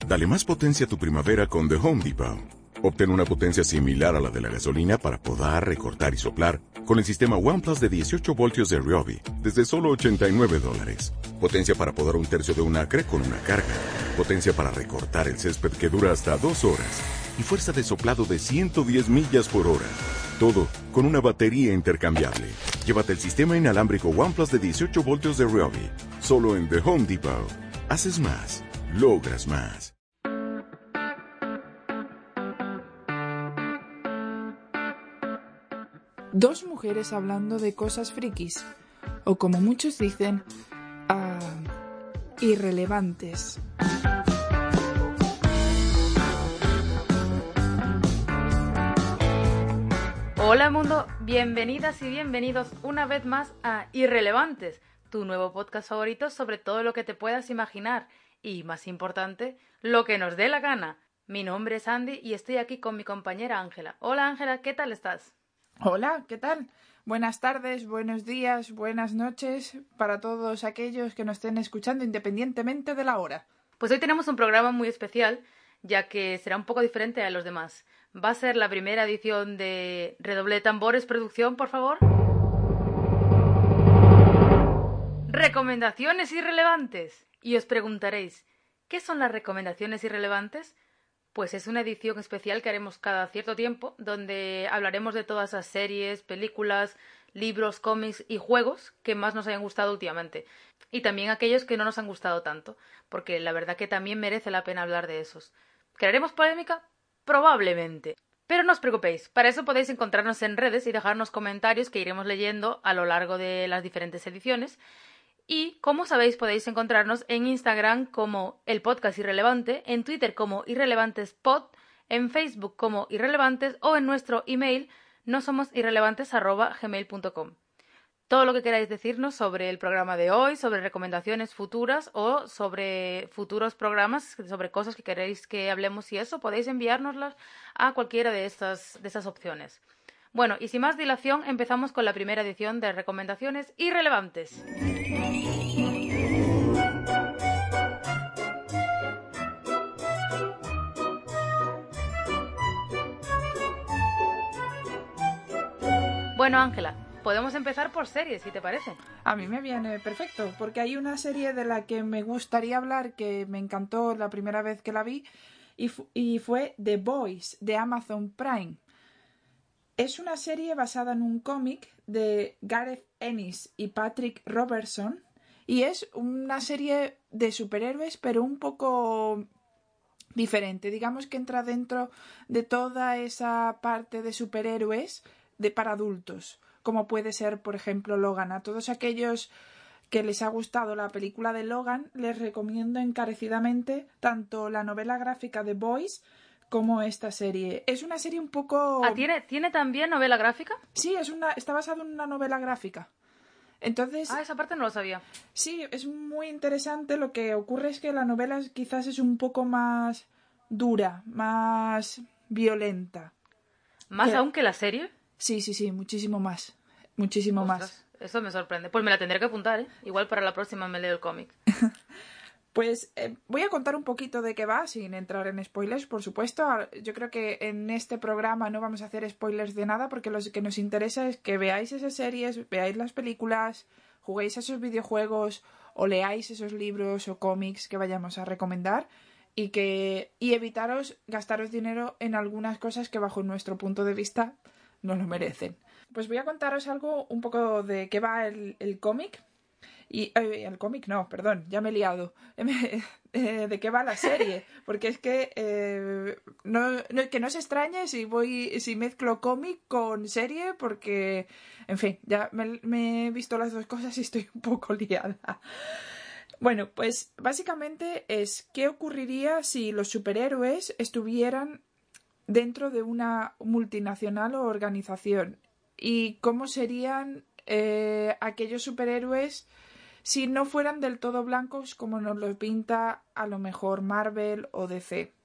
Dale más potencia a tu primavera con The Home Depot. Obtén una potencia similar a la de la gasolina para podar, recortar y soplar con el sistema OnePlus de 18 voltios de Ryobi desde solo $89. Potencia para podar un tercio de un acre con una carga. Potencia para recortar el césped que dura hasta 2 horas. Y fuerza de soplado de 110 millas por hora. Todo con una batería intercambiable. Llévate el sistema inalámbrico OnePlus de 18 voltios de Ryobi. Solo en The Home Depot. Haces más. Logras más. Dos mujeres hablando de cosas frikis, o como muchos dicen, irrelevantes. Hola mundo, bienvenidas y bienvenidos una vez más a Irrelevantes, tu nuevo podcast favorito sobre todo lo que te puedas imaginar y, más importante, lo que nos dé la gana. Mi nombre es Andy y estoy aquí con mi compañera Ángela. Hola Ángela, ¿qué tal estás? Hola, ¿qué tal? Buenas tardes, buenos días, buenas noches para todos aquellos que nos estén escuchando independientemente de la hora. Pues hoy tenemos un programa muy especial, ya que será un poco diferente a los demás. Va a ser la primera edición de Redoble de Tambores Producción, por favor. Recomendaciones irrelevantes. Y os preguntaréis, ¿qué son las recomendaciones irrelevantes? Pues es una edición especial que haremos cada cierto tiempo, donde hablaremos de todas las series, películas, libros, cómics y juegos que más nos hayan gustado últimamente. Y también aquellos que no nos han gustado tanto, porque la verdad que también merece la pena hablar de esos. ¿Crearemos polémica? Probablemente. Pero no os preocupéis, para eso podéis encontrarnos en redes y dejarnos comentarios que iremos leyendo a lo largo de las diferentes ediciones. Y, como sabéis, podéis encontrarnos en Instagram como el podcast Irrelevante, en Twitter como irrelevantespod, en Facebook como irrelevantes o en nuestro email nosomosirrelevantes@gmail.com. Todo lo que queráis decirnos sobre el programa de hoy, sobre recomendaciones futuras o sobre futuros programas, sobre cosas que queréis que hablemos y eso, podéis enviárnoslas a cualquiera de estas opciones. Bueno, y sin más dilación, empezamos con la primera edición de Recomendaciones Irrelevantes. Bueno, Ángela, podemos empezar por series, si te parece. A mí me viene perfecto, porque hay una serie de la que me gustaría hablar que me encantó la primera vez que la vi y fue The Boys de Amazon Prime. Es una serie basada en un cómic de Gareth Ennis y Patrick Robertson y es una serie de superhéroes pero un poco diferente. Digamos que entra dentro de toda esa parte de superhéroes para adultos, como puede ser, por ejemplo, Logan. A todos aquellos que les ha gustado la película de Logan, les recomiendo encarecidamente tanto la novela gráfica The Boys como esta serie. Es una serie un poco... ¿Tiene también novela gráfica? Sí, está basado en una novela gráfica. Entonces... esa parte no lo sabía. Sí, es muy interesante. Lo que ocurre es que la novela quizás es un poco más dura, más violenta. ¿Más aún que la serie? Sí, muchísimo más. Muchísimo Ostras, más. eso me sorprende. Pues me la tendré que apuntar, ¿eh? Igual para la próxima me leo el cómic. Pues voy a contar un poquito de qué va, sin entrar en spoilers, por supuesto. Yo creo que en este programa no vamos a hacer spoilers de nada, porque lo que nos interesa es que veáis esas series, veáis las películas, juguéis a esos videojuegos o leáis esos libros o cómics que vayamos a recomendar y evitaros gastaros dinero en algunas cosas que bajo nuestro punto de vista no lo merecen. Pues voy a contaros algo un poco de qué va el cómic. Y el cómic no, perdón, ya me he liado. ¿De qué va la serie? Porque es que que no se extrañe si mezclo cómic con serie, porque, en fin, ya me he visto las dos cosas y estoy un poco liada. Bueno, pues básicamente es qué ocurriría si los superhéroes estuvieran dentro de una multinacional o organización y cómo serían aquellos superhéroes si no fueran del todo blancos como nos lo pinta a lo mejor Marvel o DC.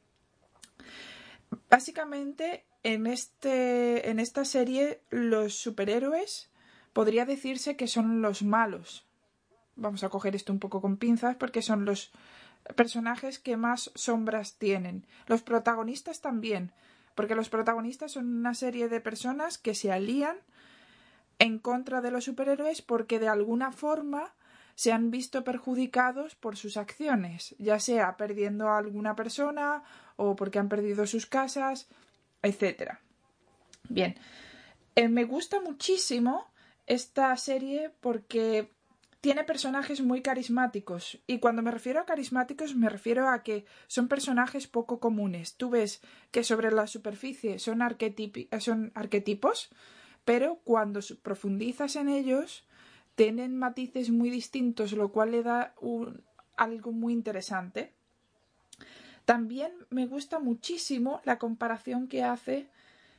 Básicamente en esta serie los superhéroes podría decirse que son los malos. Vamos a coger esto un poco con pinzas porque son personajes que más sombras tienen. Los protagonistas también, porque los protagonistas son una serie de personas que se alían en contra de los superhéroes porque de alguna forma se han visto perjudicados por sus acciones, ya sea perdiendo a alguna persona o porque han perdido sus casas, etcétera. Bien, me gusta muchísimo esta serie porque tiene personajes muy carismáticos, y cuando me refiero a carismáticos me refiero a que son personajes poco comunes. Tú ves que sobre la superficie son arquetipos, pero cuando profundizas en ellos tienen matices muy distintos, lo cual le da algo muy interesante. También me gusta muchísimo la comparación que hace,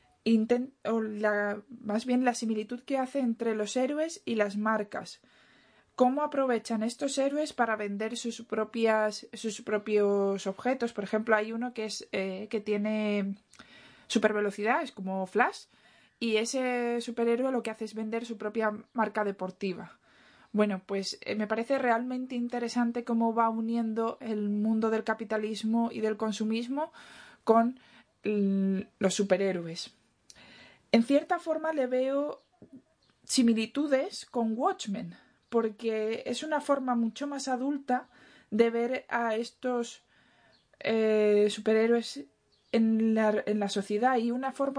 más bien la similitud que hace entre los héroes y las marcas. Cómo aprovechan estos héroes para vender sus propios objetos. Por ejemplo, hay uno que tiene supervelocidad, es como Flash, y ese superhéroe lo que hace es vender su propia marca deportiva. Bueno, pues me parece realmente interesante cómo va uniendo el mundo del capitalismo y del consumismo con los superhéroes. En cierta forma le veo similitudes con Watchmen, porque es una forma mucho más adulta de ver a estos superhéroes en la sociedad, y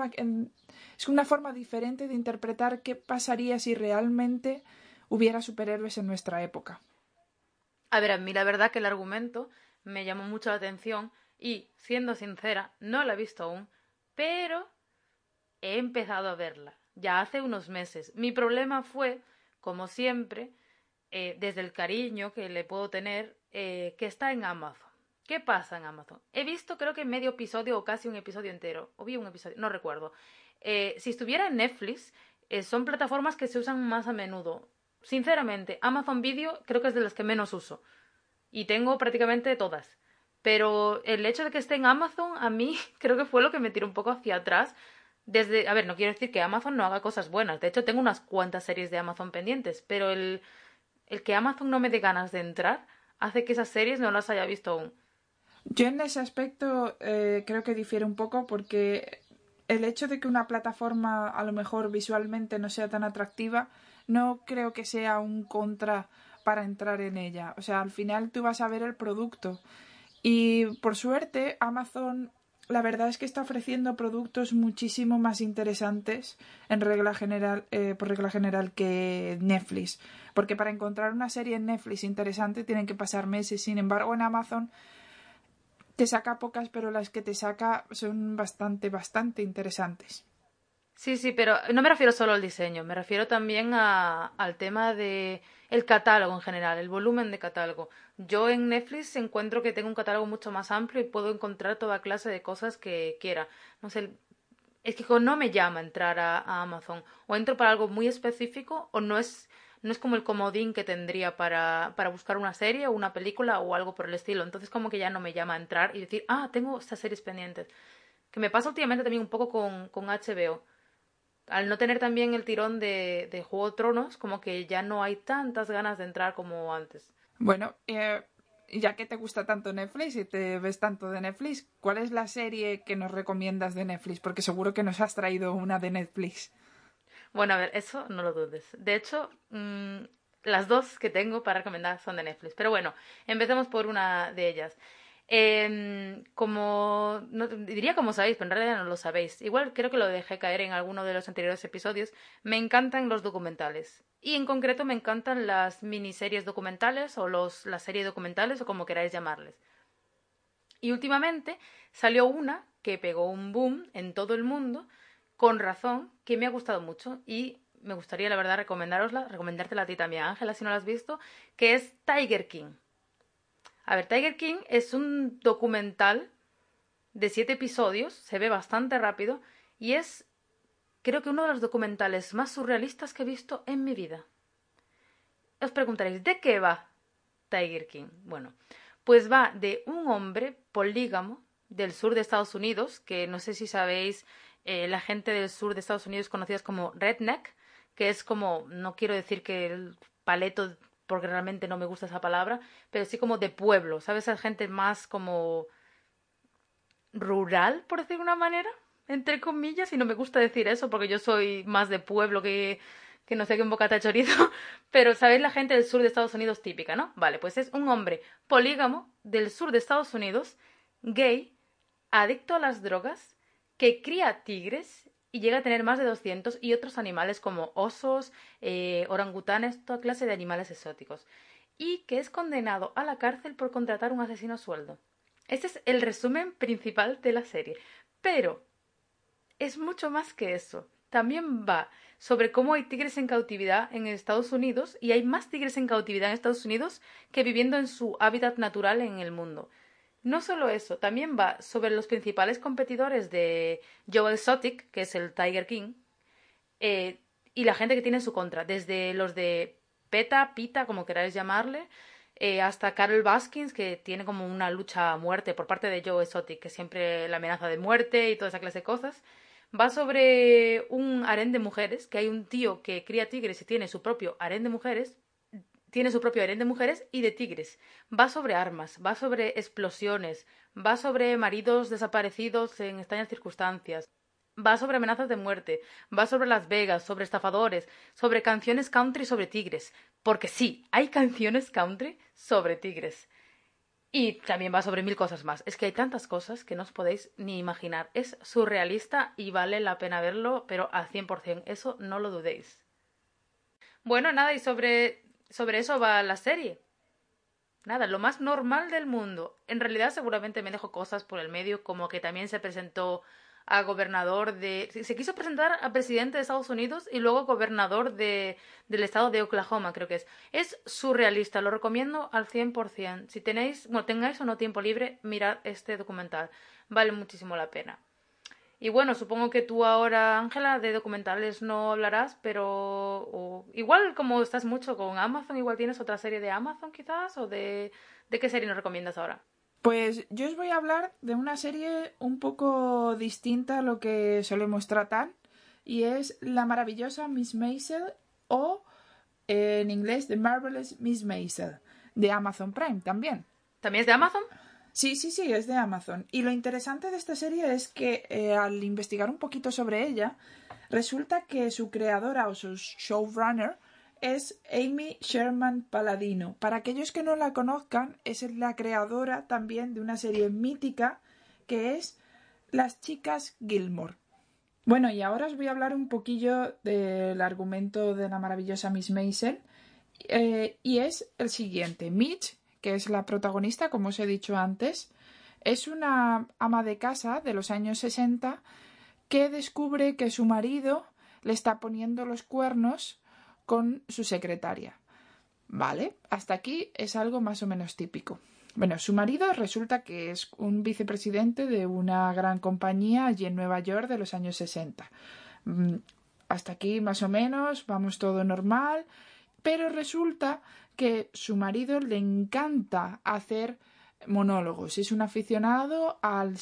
es una forma diferente de interpretar qué pasaría si realmente hubiera superhéroes en nuestra época. A ver, a mí la verdad que el argumento me llamó mucho la atención y, siendo sincera, no la he visto aún, pero he empezado a verla ya hace unos meses. Mi problema fue, como siempre, desde el cariño que le puedo tener, que está en Amazon. ¿Qué pasa en Amazon? He visto creo que medio episodio o casi un episodio entero, o vi un episodio, no recuerdo. Si estuviera en Netflix, son plataformas que se usan más a menudo. Sinceramente, Amazon Video creo que es de las que menos uso. Y tengo prácticamente todas. Pero el hecho de que esté en Amazon, a mí creo que fue lo que me tiró un poco hacia atrás. A ver, no quiero decir que Amazon no haga cosas buenas. De hecho, tengo unas cuantas series de Amazon pendientes. Pero el que Amazon no me dé ganas de entrar hace que esas series no las haya visto aún. Yo en ese aspecto creo que difiere un poco, porque el hecho de que una plataforma a lo mejor visualmente no sea tan atractiva no creo que sea un contra para entrar en ella. O sea, al final tú vas a ver el producto, y por suerte Amazon, la verdad es que está ofreciendo productos muchísimo más interesantes por regla general que Netflix, porque para encontrar una serie en Netflix interesante tienen que pasar meses. Sin embargo, en Amazon te saca pocas, pero las que te saca son bastante interesantes. Sí, sí, pero no me refiero solo al diseño, me refiero también al tema de el catálogo en general, el volumen de catálogo. Yo en Netflix encuentro que tengo un catálogo mucho más amplio y puedo encontrar toda clase de cosas que quiera. No sé, es que no me llama entrar a Amazon. O entro para algo muy específico o no es como el comodín que tendría para buscar una serie o una película o algo por el estilo. Entonces como que ya no me llama a entrar y decir, tengo estas series pendientes. Que me pasa últimamente también un poco con HBO. Al no tener también el tirón de Juego de Tronos, como que ya no hay tantas ganas de entrar como antes. Bueno, ya que te gusta tanto Netflix y te ves tanto de Netflix, ¿cuál es la serie que nos recomiendas de Netflix? Porque seguro que nos has traído una de Netflix. Bueno, a ver, eso no lo dudes. De hecho, las dos que tengo para recomendar son de Netflix. Pero bueno, empecemos por una de ellas. Como no, diría como sabéis, pero en realidad no lo sabéis. Igual creo que lo dejé caer en alguno de los anteriores episodios. Me encantan los documentales. Y en concreto me encantan las miniseries documentales o las series documentales o como queráis llamarles. Y últimamente salió una que pegó un boom en todo el mundo, con razón, que me ha gustado mucho y me gustaría, la verdad, recomendártela a ti también, Ángela, si no la has visto, que es Tiger King. A ver, Tiger King es un documental de 7 episodios, se ve bastante rápido y es, creo que uno de los documentales más surrealistas que he visto en mi vida. Os preguntaréis, ¿de qué va Tiger King? Bueno, pues va de un hombre polígamo del sur de Estados Unidos, que no sé si sabéis, la gente del sur de Estados Unidos conocidas como redneck, que es como, no quiero decir que el porque realmente no me gusta esa palabra, pero sí como de pueblo, ¿sabes? Esa gente más como rural, por decir de una manera, entre comillas, y no me gusta decir eso porque yo soy más de pueblo que no sé qué un bocata de chorizo, pero ¿sabéis la gente del sur de Estados Unidos típica, no? Vale, pues es un hombre polígamo del sur de Estados Unidos, gay, adicto a las drogas, que cría tigres y llega a tener más de 200 y otros animales como osos, orangutanes, toda clase de animales exóticos, y que es condenado a la cárcel por contratar un asesino a sueldo. Este es el resumen principal de la serie. Pero es mucho más que eso. También va sobre cómo hay tigres en cautividad en Estados Unidos y hay más tigres en cautividad en Estados Unidos que viviendo en su hábitat natural en el mundo. No solo eso, también va sobre los principales competidores de Joe Exotic, que es el Tiger King, eh, y la gente que tiene en su contra, desde los de PETA, PITA, como queráis llamarle, hasta Carol Baskins, que tiene como una lucha a muerte por parte de Joe Exotic, que siempre la amenaza de muerte y toda esa clase de cosas. Va sobre un harén de mujeres, que hay un tío que cría tigres y tiene su propio harén de mujeres, y de tigres. Va sobre armas, va sobre explosiones, va sobre maridos desaparecidos en extrañas circunstancias, va sobre amenazas de muerte, va sobre Las Vegas, sobre estafadores, sobre canciones country sobre tigres. Porque sí, hay canciones country sobre tigres. Y también va sobre mil cosas más. Es que hay tantas cosas que no os podéis ni imaginar. Es surrealista y vale la pena verlo, pero al 100%. Eso no lo dudéis. Bueno, nada, y sobre eso va la serie. Nada, lo más normal del mundo. En realidad seguramente me dejo cosas por el medio, como que también se presentó a gobernador de... Se quiso presentar a presidente de Estados Unidos y luego gobernador del estado de Oklahoma, creo que es. Es surrealista, lo recomiendo al 100%. Si tenéis, bueno, tengáis o no tiempo libre, mirad este documental. Vale muchísimo la pena. Y bueno, supongo que tú ahora, Ángela, de documentales no hablarás, pero igual como estás mucho con Amazon, igual tienes otra serie de Amazon quizás, o ¿de qué serie nos recomiendas ahora? Pues yo os voy a hablar de una serie un poco distinta a lo que solemos tratar y es La maravillosa Miss Maisel o en inglés The Marvelous Miss Maisel de Amazon Prime también. ¿También es de Amazon? Sí, sí, sí, es de Amazon. Y lo interesante de esta serie es que al investigar un poquito sobre ella, resulta que su creadora o su showrunner es Amy Sherman Palladino. Para aquellos que no la conozcan, es la creadora también de una serie mítica que es Las chicas Gilmore. Bueno, y ahora os voy a hablar un poquillo del argumento de la maravillosa Miss Maisel. Y es el siguiente. Mitch, que es la protagonista, como os he dicho antes, es una ama de casa de los años 60 que descubre que su marido le está poniendo los cuernos con su secretaria. Vale, hasta aquí es algo más o menos típico. Bueno, su marido resulta que es un vicepresidente de una gran compañía allí en Nueva York de los años 60. Hasta aquí más o menos, vamos todo normal, pero resulta que su marido le encanta hacer monólogos. Es un aficionado al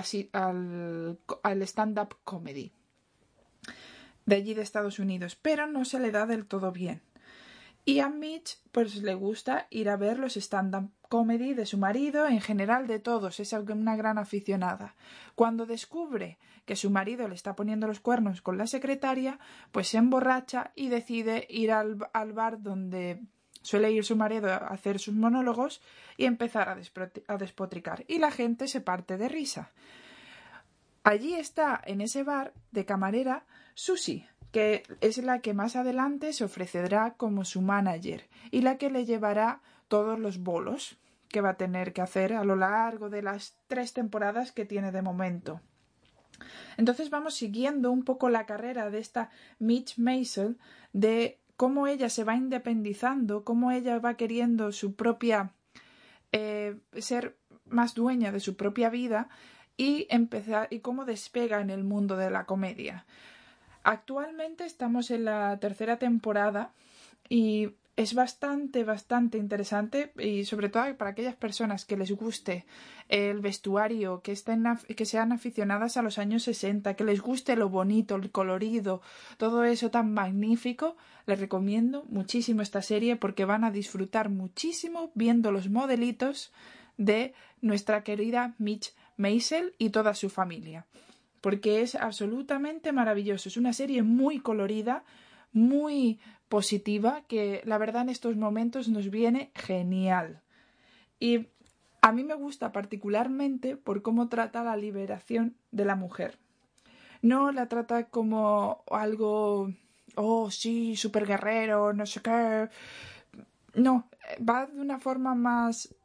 stand-up comedy de allí de Estados Unidos, pero no se le da del todo bien. Y a Mitch pues le gusta ir a ver los stand-up comedy de su marido, en general de todos, es una gran aficionada. Cuando descubre que su marido le está poniendo los cuernos con la secretaria, pues se emborracha y decide ir al bar donde suele ir su marido a hacer sus monólogos y empezar a despotricar. Y la gente se parte de risa. Allí está, en ese bar, de camarera, Susie, que es la que más adelante se ofrecerá como su manager y la que le llevará todos los bolos que va a tener que hacer a lo largo de las 3 temporadas que tiene de momento. Entonces vamos siguiendo un poco la carrera de esta Mitch Maisel, de cómo ella se va independizando, cómo ella va queriendo su propia ser más dueña de su propia vida y cómo despega en el mundo de la comedia. Actualmente estamos en la 3ª temporada y es bastante interesante, y sobre todo para aquellas personas que les guste el vestuario, que sean aficionadas a los años 60, que les guste lo bonito, el colorido, todo eso tan magnífico. Les recomiendo muchísimo esta serie porque van a disfrutar muchísimo viendo los modelitos de nuestra querida Mitch Maisel y toda su familia, porque es absolutamente maravilloso. Es una serie muy colorida, muy positiva, que la verdad en estos momentos nos viene genial. Y a mí me gusta particularmente por cómo trata la liberación de la mujer. No la trata como algo, oh sí, súper guerrero, no sé qué. No, va de una forma más,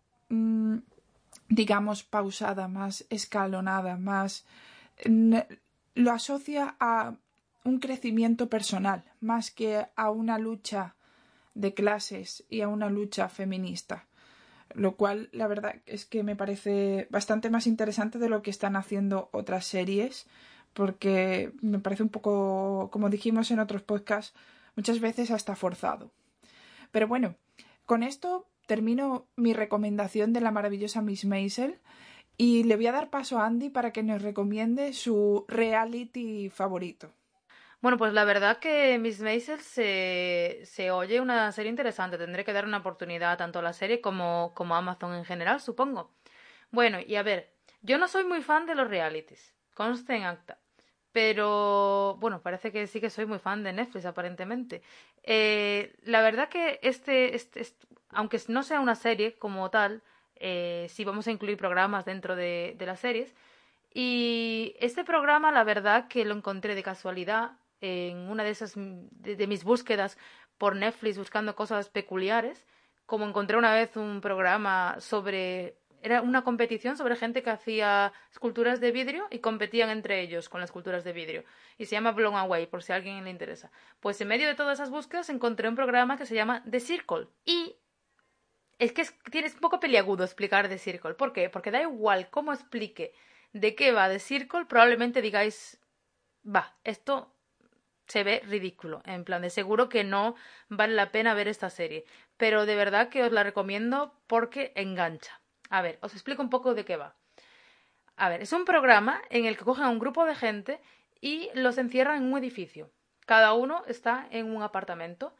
digamos, pausada, más escalonada, más... lo asocia a un crecimiento personal más que a una lucha de clases y a una lucha feminista, lo cual la verdad es que me parece bastante más interesante de lo que están haciendo otras series, porque me parece un poco, como dijimos en otros podcasts, muchas veces hasta forzado. Pero bueno, con esto termino mi recomendación de la maravillosa Miss Maisel y le voy a dar paso a Andy para que nos recomiende su reality favorito. Bueno, pues la verdad que Miss Maisel se oye una serie interesante. Tendré que dar una oportunidad tanto a la serie como a Amazon en general, supongo. Bueno, y a ver, yo no soy muy fan de los realities, conste en acta. Pero bueno, parece que sí que soy muy fan de Netflix, aparentemente. La verdad que aunque no sea una serie como tal, sí vamos a incluir programas dentro de las series. Y este programa, la verdad que lo encontré de casualidad en una de esas de mis búsquedas por Netflix buscando cosas peculiares, como encontré una vez un programa sobre... Era una competición sobre gente que hacía esculturas de vidrio y competían entre ellos con las esculturas de vidrio. Y se llama Blown Away, por si a alguien le interesa. Pues en medio de todas esas búsquedas encontré un programa que se llama The Circle. Y tienes un poco peliagudo explicar The Circle. ¿Por qué? Porque da igual cómo explique de qué va The Circle, probablemente digáis, va, esto se ve ridículo, en plan de seguro que no vale la pena ver esta serie, pero de verdad que os la recomiendo porque engancha. A ver, os explico un poco de qué va. A ver, es un programa en el que cogen a un grupo de gente y los encierran en un edificio. Cada uno está en un apartamento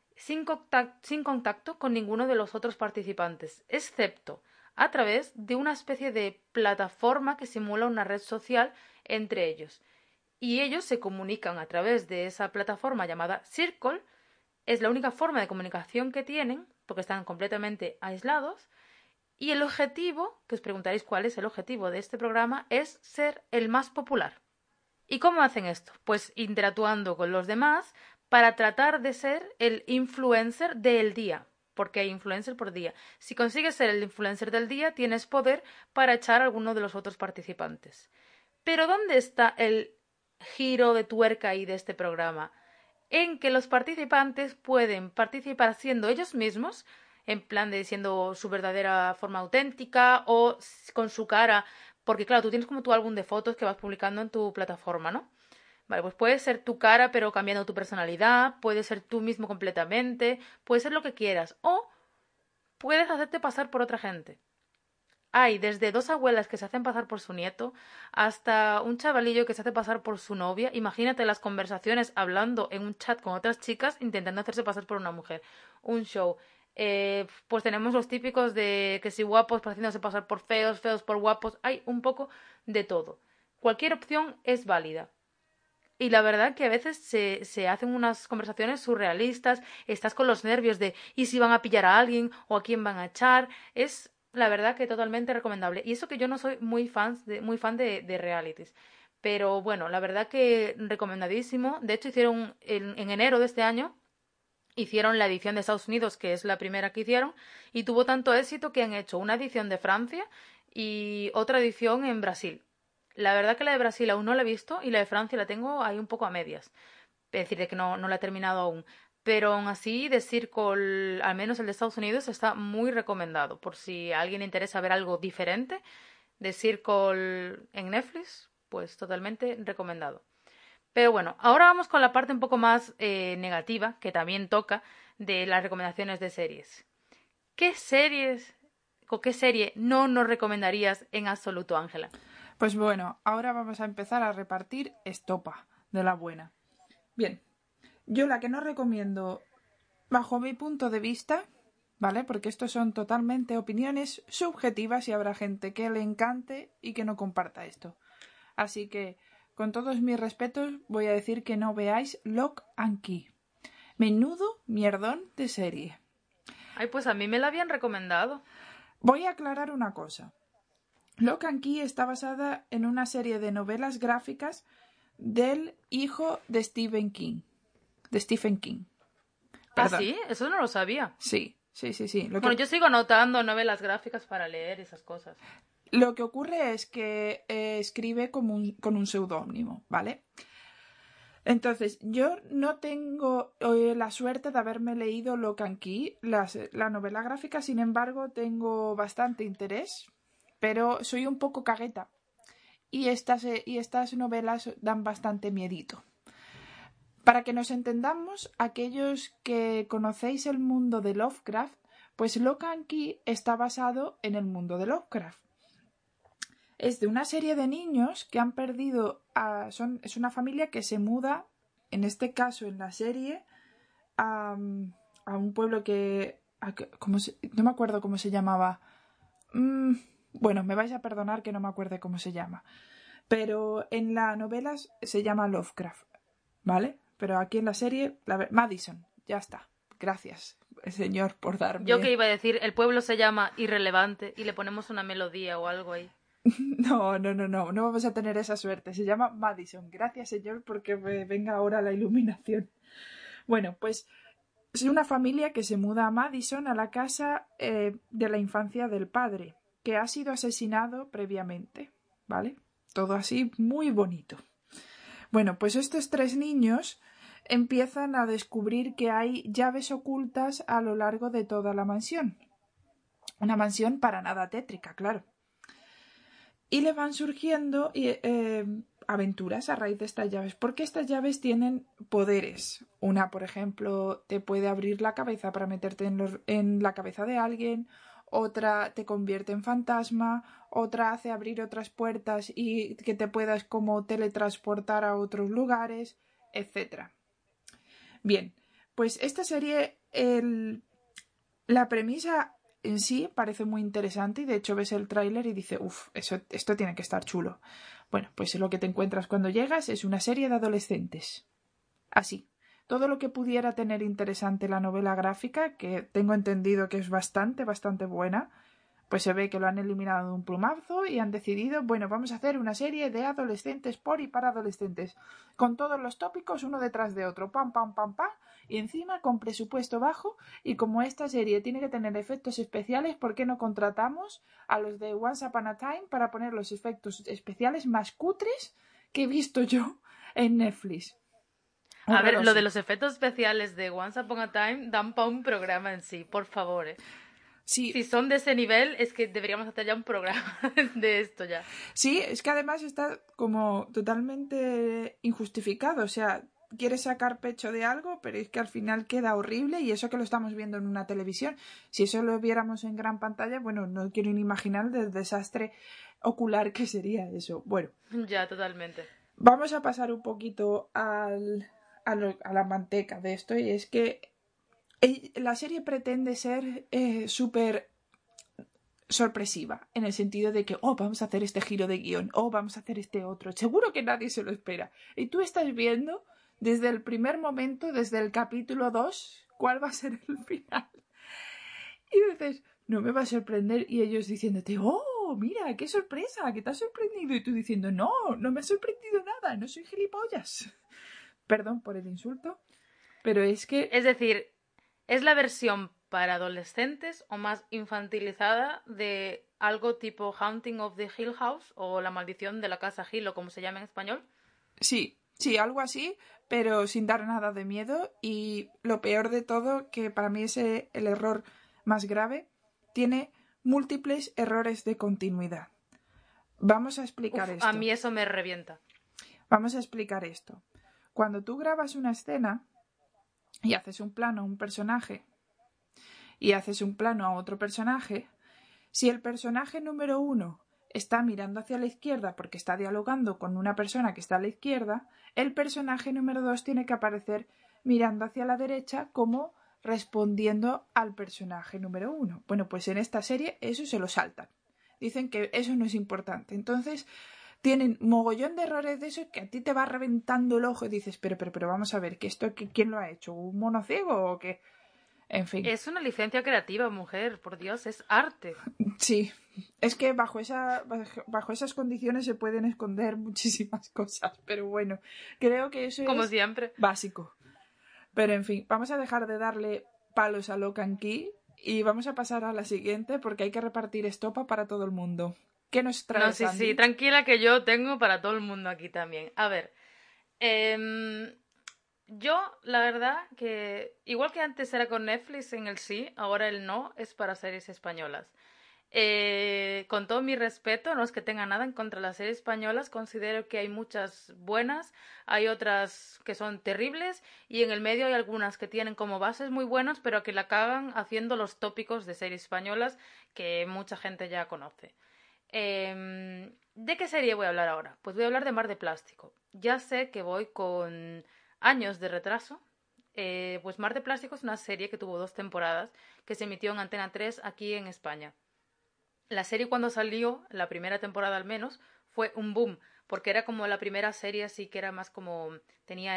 sin contacto con ninguno de los otros participantes, excepto a través de una especie de plataforma que simula una red social entre ellos. Y ellos se comunican a través de esa plataforma llamada Circle. Es la única forma de comunicación que tienen, porque están completamente aislados. Y el objetivo, que os preguntaréis cuál es el objetivo de este programa, es ser el más popular. ¿Y cómo hacen esto? Pues interactuando con los demás para tratar de ser el influencer del día, porque hay influencer por día. Si consigues ser el influencer del día, tienes poder para echar a alguno de los otros participantes. Pero ¿dónde está el giro de tuerca ahí de este programa? En que los participantes pueden participar siendo ellos mismos, en plan de siendo su verdadera forma auténtica o con su cara, porque claro, tú tienes como tu álbum de fotos que vas publicando en tu plataforma, ¿no? Vale, pues puede ser tu cara pero cambiando tu personalidad, puede ser tú mismo completamente, puede ser lo que quieras, o puedes hacerte pasar por otra gente. Hay desde dos abuelas que se hacen pasar por su nieto hasta un chavalillo que se hace pasar por su novia. Imagínate las conversaciones hablando en un chat con otras chicas intentando hacerse pasar por una mujer. Un show. Pues tenemos los típicos de que si guapos haciéndose pasar por feos, feos por guapos. Hay un poco de todo. Cualquier opción es válida. Y la verdad que a veces se hacen unas conversaciones surrealistas, estás con los nervios de ¿y si van a pillar a alguien o a quién van a echar? Es la verdad que totalmente recomendable. Y eso que yo no soy muy fan de realities. Pero bueno, la verdad que recomendadísimo. De hecho, hicieron en enero de este año, hicieron la edición de Estados Unidos, que es la primera que hicieron, y tuvo tanto éxito que han hecho una edición de Francia y otra edición en Brasil. La verdad que la de Brasil aún no la he visto y la de Francia la tengo ahí un poco a medias. Es decir, que no la he terminado aún. Pero aún así, The Circle, al menos el de Estados Unidos, está muy recomendado. Por si a alguien le interesa ver algo diferente, The Circle en Netflix, pues totalmente recomendado. Pero bueno, ahora vamos con la parte un poco más negativa, que también toca, de las recomendaciones de series. ¿Qué series o qué serie no nos recomendarías en absoluto, Ángela? Pues bueno, ahora vamos a empezar a repartir estopa de la buena. Bien, yo la que no recomiendo, bajo mi punto de vista, ¿vale? Porque estos son totalmente opiniones subjetivas y habrá gente que le encante y que no comparta esto. Así que, con todos mis respetos, voy a decir que no veáis Lock and Key. Menudo mierdón de serie. Ay, pues a mí me la habían recomendado. Voy a aclarar una cosa. Lock and Key está basada en una serie de novelas gráficas del hijo de Stephen King. ¿Ah, Perdón. sí? Eso no lo sabía. Sí. Bueno, yo sigo anotando novelas gráficas para leer esas cosas. Lo que ocurre es que escribe con un seudónimo, ¿vale? Entonces, yo no tengo la suerte de haberme leído Lock and Key, la novela gráfica, sin embargo, tengo bastante interés, pero soy un poco cagueta y estas novelas dan bastante miedito. Para que nos entendamos, aquellos que conocéis el mundo de Lovecraft, pues Lock and Key está basado en el mundo de Lovecraft. Es de una serie de niños que han perdido es una familia que se muda, en este caso en la serie, a un pueblo no me acuerdo cómo se llamaba. Bueno, me vais a perdonar que no me acuerde cómo se llama. Pero en la novela se llama Lovecraft, ¿vale? Pero aquí en la serie, Madison, ya está. Gracias, señor, por darme... Yo que iba a decir, el pueblo se llama Irrelevante y le ponemos una melodía o algo ahí. No vamos a tener esa suerte. Se llama Madison. Gracias, señor, porque me venga ahora la iluminación. Bueno, pues es una familia que se muda a Madison, a la casa de la infancia del padre, que ha sido asesinado previamente, ¿vale? Todo así muy bonito. Bueno, pues estos tres niños empiezan a descubrir que hay llaves ocultas a lo largo de toda la mansión. Una mansión para nada tétrica, claro. Y le van surgiendo aventuras a raíz de estas llaves, porque estas llaves tienen poderes. Una, por ejemplo, te puede abrir la cabeza para meterte en la cabeza de alguien, otra te convierte en fantasma, otra hace abrir otras puertas y que te puedas como teletransportar a otros lugares, etc. Bien, pues esta serie, la premisa en sí parece muy interesante y de hecho ves el tráiler y dices, esto tiene que estar chulo. Bueno, pues lo que te encuentras cuando llegas es una serie de adolescentes. Así. Todo lo que pudiera tener interesante la novela gráfica, que tengo entendido que es bastante buena, pues se ve que lo han eliminado de un plumazo y han decidido, bueno, vamos a hacer una serie de adolescentes por y para adolescentes, con todos los tópicos uno detrás de otro, pam, y encima con presupuesto bajo, y como esta serie tiene que tener efectos especiales, ¿por qué no contratamos a los de Once Upon a Time para poner los efectos especiales más cutres que he visto yo en Netflix? A ver, lo de los efectos especiales de Once Upon a Time dan para un programa en sí, por favor. Sí. Si son de ese nivel, es que deberíamos hacer ya un programa de esto ya. Sí, es que además está como totalmente injustificado. O sea, quieres sacar pecho de algo, pero es que al final queda horrible y eso que lo estamos viendo en una televisión. Si eso lo viéramos en gran pantalla, bueno, no quiero ni imaginar el desastre ocular que sería eso. Bueno. Ya, totalmente. Vamos a pasar un poquito a la manteca de esto y es que la serie pretende ser súper sorpresiva, en el sentido de que, vamos a hacer este giro de guión, vamos a hacer este otro. Seguro que nadie se lo espera. Y tú estás viendo desde el primer momento, desde el capítulo 2, cuál va a ser el final. Y dices, no me va a sorprender. Y ellos diciéndote, mira, qué sorpresa, que te has sorprendido. Y tú diciendo, no me ha sorprendido nada, no soy gilipollas. Perdón por el insulto, pero es que... Es decir, ¿es la versión para adolescentes o más infantilizada de algo tipo Haunting of the Hill House o La maldición de la casa Hill o como se llama en español? Sí, algo así, pero sin dar nada de miedo. Y lo peor de todo, que para mí es el error más grave, tiene múltiples errores de continuidad. Vamos a explicar esto. A mí eso me revienta. Vamos a explicar esto. Cuando tú grabas una escena y haces un plano a un personaje y haces un plano a otro personaje, si el personaje número 1 está mirando hacia la izquierda porque está dialogando con una persona que está a la izquierda, el personaje número 2 tiene que aparecer mirando hacia la derecha como respondiendo al personaje número 1. Bueno, pues en esta serie eso se lo saltan. Dicen que eso no es importante. Entonces tienen mogollón de errores de esos que a ti te va reventando el ojo y dices, pero vamos a ver, ¿que esto ¿quién lo ha hecho? ¿Un mono ciego o qué? En fin. Es una licencia creativa, mujer, por Dios, es arte. Sí, es que bajo esas condiciones se pueden esconder muchísimas cosas, pero bueno, creo que eso Como es siempre. básico. Pero en fin, vamos a dejar de darle palos a Locan Key y vamos a pasar a la siguiente porque hay que repartir estopa para todo el mundo. ¿Qué nos No, traes, sí, Andy? sí, tranquila que yo tengo para todo el mundo aquí también. A ver, yo, la verdad, que igual que antes era con Netflix en el sí, ahora el no es para series españolas. Con todo mi respeto, no es que tenga nada en contra de las series españolas, considero que hay muchas buenas, hay otras que son terribles y en el medio hay algunas que tienen como bases muy buenas, pero que la cagan haciendo los tópicos de series españolas que mucha gente ya conoce. ¿De qué serie voy a hablar ahora? Pues voy a hablar de Mar de Plástico. Ya sé que voy con años de retraso. Pues Mar de Plástico es una serie que tuvo 2 temporadas, que se emitió en Antena 3 aquí en España. La serie cuando salió, la primera temporada al menos, fue un boom, porque era como la primera serie así que era más como, tenía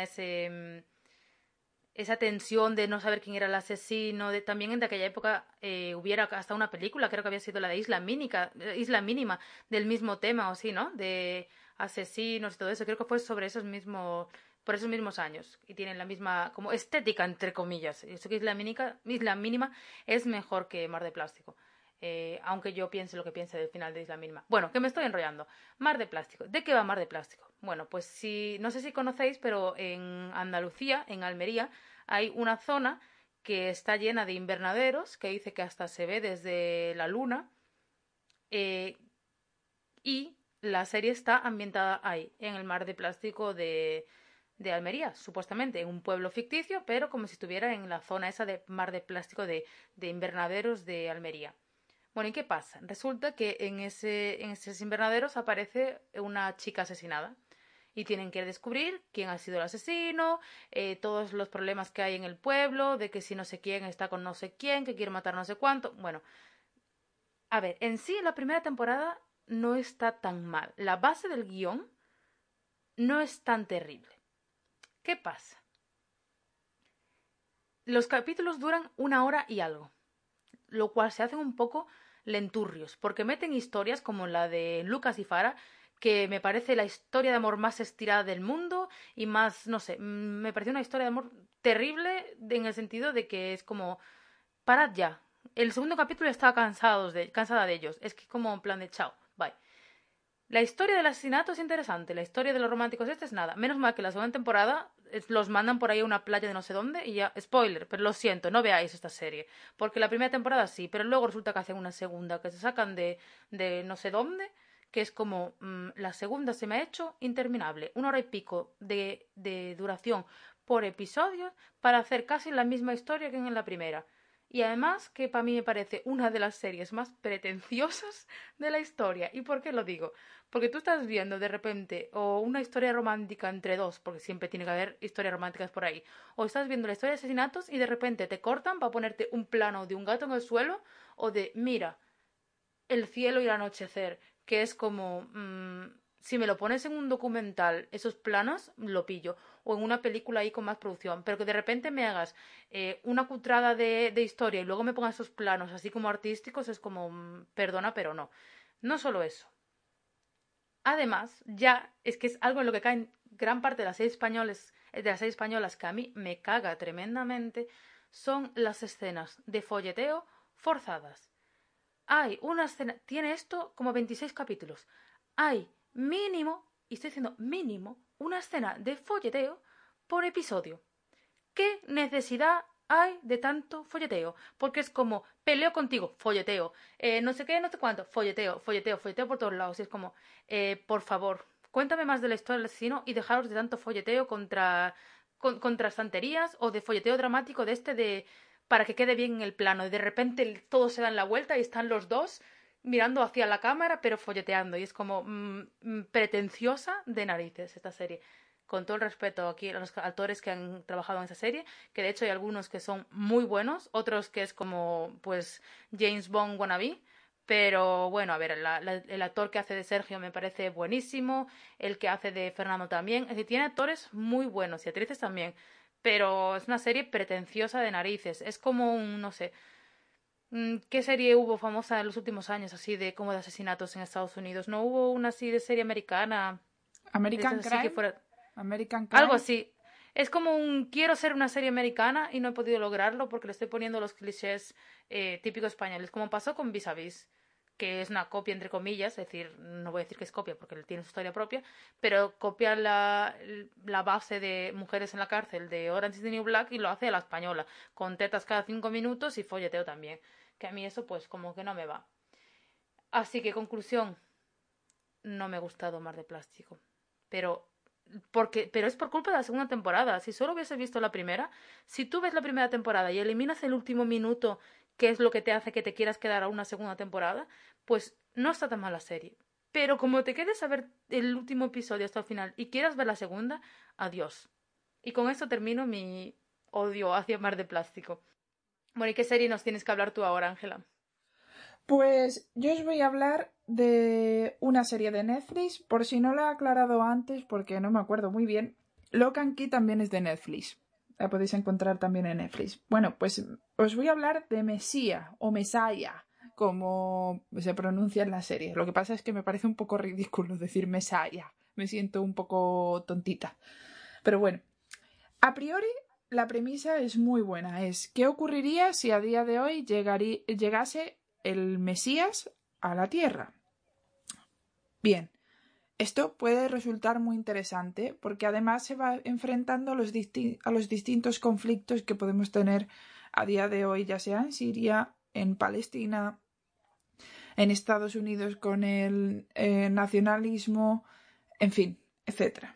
esa tensión de no saber quién era el asesino, también de aquella época hubiera hasta una película, creo que había sido la de Isla Mínima, del mismo tema o así, ¿no? De asesinos y todo eso, creo que fue sobre por esos mismos años, y tienen la misma como estética, entre comillas. Eso que Isla Mínima es mejor que Mar de Plástico. Aunque yo piense lo que piense del final de Isla Mínima. Bueno, que me estoy enrollando. Mar de Plástico. ¿De qué va Mar de Plástico? Bueno, pues no sé si conocéis, pero en Andalucía, en Almería, hay una zona que está llena de invernaderos, que dice que hasta se ve desde la luna, eh, y la serie está ambientada ahí, en el Mar de Plástico de Almería, supuestamente, en un pueblo ficticio, pero como si estuviera en la zona esa de Mar de Plástico de invernaderos de Almería. Bueno, ¿y qué pasa? Resulta que en esos invernaderos aparece una chica asesinada y tienen que descubrir quién ha sido el asesino, todos los problemas que hay en el pueblo, de que si no sé quién está con no sé quién, que quiere matar no sé cuánto. Bueno, a ver, en sí la primera temporada no está tan mal. La base del guión no es tan terrible. ¿Qué pasa? Los capítulos duran 1 hora y algo, lo cual se hacen un poco lenturrios, porque meten historias como la de Lucas y Farah, que me parece la historia de amor más estirada del mundo y más, no sé, me parece una historia de amor terrible en el sentido de que es como, parad ya. El segundo capítulo ya estaba cansada de ellos. Es que como en plan de chao, bye. La historia del asesinato es interesante, la historia de los románticos es nada. Menos mal que la segunda temporada los mandan por ahí a una playa de no sé dónde y ya, spoiler, pero lo siento, no veáis esta serie. Porque la primera temporada sí, pero luego resulta que hacen una segunda, que se sacan de no sé dónde, que es como, la segunda se me ha hecho interminable. 1 hora y pico de duración por episodio para hacer casi la misma historia que en la primera. Y además que para mí me parece una de las series más pretenciosas de la historia. ¿Y por qué lo digo? Porque tú estás viendo de repente o una historia romántica entre dos, porque siempre tiene que haber historias románticas por ahí, o estás viendo la historia de asesinatos y de repente te cortan para ponerte un plano de un gato en el suelo o de, mira, el cielo y el anochecer, que es como, si me lo pones en un documental, esos planos, lo pillo, o en una película ahí con más producción, pero que de repente me hagas una cutrada de historia y luego me pongas esos planos así como artísticos, es como, perdona, pero no. No solo eso. Además, ya es que es algo en lo que caen gran parte de las series españolas que a mí me caga tremendamente, son las escenas de folleteo forzadas. Hay una escena, tiene esto como 26 capítulos. Hay mínimo, y estoy diciendo mínimo, una escena de folleteo por episodio. ¿Qué necesidad hay de tanto folleteo? Porque es como, peleo contigo, folleteo. No sé qué, no sé cuánto, folleteo, folleteo, folleteo por todos lados. Y es como, por favor, cuéntame más de la historia del asesino y dejaros de tanto folleteo contra estanterías o de folleteo dramático para que quede bien en el plano. Y de repente todos se dan la vuelta y están los dos mirando hacia la cámara pero folleteando. Y es como pretenciosa de narices esta serie. Con todo el respeto aquí a los actores que han trabajado en esa serie, que de hecho hay algunos que son muy buenos, otros que es como pues James Bond wannabe, pero bueno, a ver, el actor que hace de Sergio me parece buenísimo, el que hace de Fernando también, es decir, tiene actores muy buenos y actrices también, pero es una serie pretenciosa de narices, es como no sé, ¿qué serie hubo famosa en los últimos años así de como de asesinatos en Estados Unidos? ¿No hubo una así de serie americana? American Así que Crime. fuera... American Algo Crime. así. Es como quiero ser una serie americana y no he podido lograrlo porque le estoy poniendo los clichés típicos españoles, como pasó con Vis a Vis, que es una copia entre comillas, es decir, no voy a decir que es copia porque tiene su historia propia, pero copia la base de Mujeres en la cárcel de Orange is the New Black y lo hace a la española, con tetas cada 5 minutos y folleteo también, que a mí eso pues como que no me va. Así que conclusión, no me ha gustado Mar de Plástico, pero es por culpa de la segunda temporada. Si solo hubiese visto la primera, si tú ves la primera temporada y eliminas el último minuto, que es lo que te hace que te quieras quedar a una segunda temporada, pues no está tan mal la serie. Pero como te quedes a ver el último episodio hasta el final y quieras ver la segunda, adiós. Y con esto termino mi odio hacia Mar de Plástico. Bueno, ¿y qué serie nos tienes que hablar tú ahora, Ángela? Pues yo os voy a hablar de una serie de Netflix, por si no lo he aclarado antes, porque no me acuerdo muy bien. Lock and Key también es de Netflix. La podéis encontrar también en Netflix. Bueno, pues os voy a hablar de Mesía o Mesaya, como se pronuncia en la serie. Lo que pasa es que me parece un poco ridículo decir Mesaya. Me siento un poco tontita. Pero bueno, a priori la premisa es muy buena. Es ¿qué ocurriría si a día de hoy llegase el Mesías a la Tierra? Bien, esto puede resultar muy interesante porque además se va enfrentando a los distintos conflictos que podemos tener a día de hoy, ya sea en Siria, en Palestina, en Estados Unidos con el nacionalismo, en fin, etc.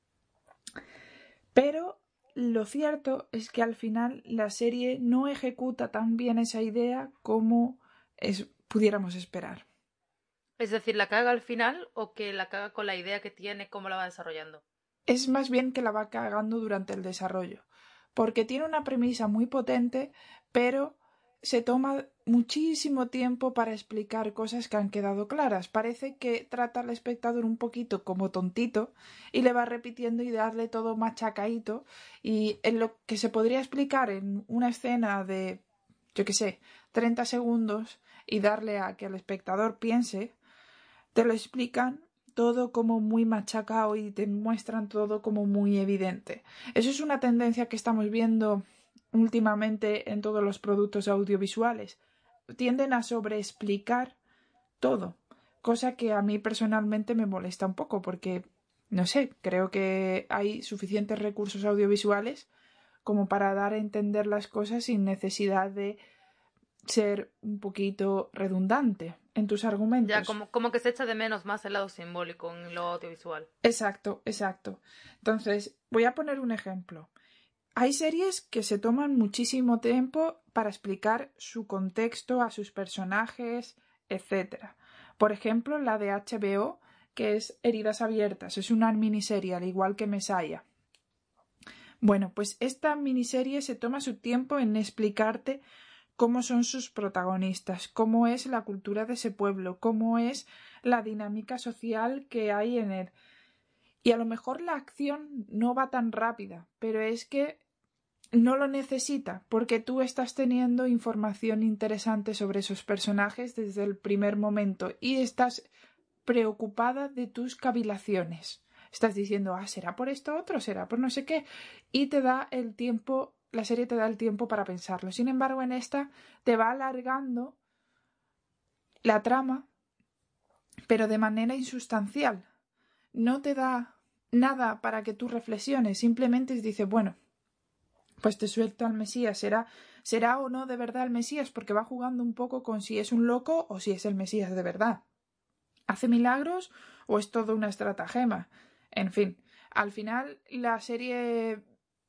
Pero lo cierto es que al final la serie no ejecuta tan bien esa idea como pudiéramos esperar. Es decir, ¿la caga al final o que la caga con la idea que tiene, cómo la va desarrollando? Es más bien que la va cagando durante el desarrollo, porque tiene una premisa muy potente, pero se toma muchísimo tiempo para explicar cosas que han quedado claras. Parece que trata al espectador un poquito como tontito y le va repitiendo y darle todo machacaíto, y en lo que se podría explicar en una escena de, yo qué sé, 30 segundos y darle a que el espectador piense, te lo explican todo como muy machacado y te muestran todo como muy evidente. Eso es una tendencia que estamos viendo últimamente en todos los productos audiovisuales. Tienden a sobreexplicar todo, cosa que a mí personalmente me molesta un poco porque, no sé, creo que hay suficientes recursos audiovisuales como para dar a entender las cosas sin necesidad de ser un poquito redundante en tus Ya, argumentos. como que se echa de menos más el lado simbólico en lo audiovisual. Exacto, exacto. Entonces, voy a poner un ejemplo. Hay series que se toman muchísimo tiempo para explicar su contexto a sus personajes, etc. Por ejemplo, la de HBO, que es Heridas Abiertas, es una miniserie, al igual que Mesaya. Bueno, pues esta miniserie se toma su tiempo en explicarte cómo son sus protagonistas, cómo es la cultura de ese pueblo, cómo es la dinámica social que hay en él. Y a lo mejor la acción no va tan rápida, pero es que no lo necesita, porque tú estás teniendo información interesante sobre esos personajes desde el primer momento y estás preocupada de tus cavilaciones. Estás diciendo, ¿será por esto otro? ¿Será por no sé qué? Y te da el tiempo, la serie te da el tiempo para pensarlo. Sin embargo, en esta te va alargando la trama, pero de manera insustancial. No te da nada para que tú reflexiones, simplemente dices, bueno, pues te suelto al Mesías, será o no de verdad el Mesías, porque va jugando un poco con si es un loco o si es el Mesías de verdad. ¿Hace milagros o es todo una estratagema. En fin, al final la serie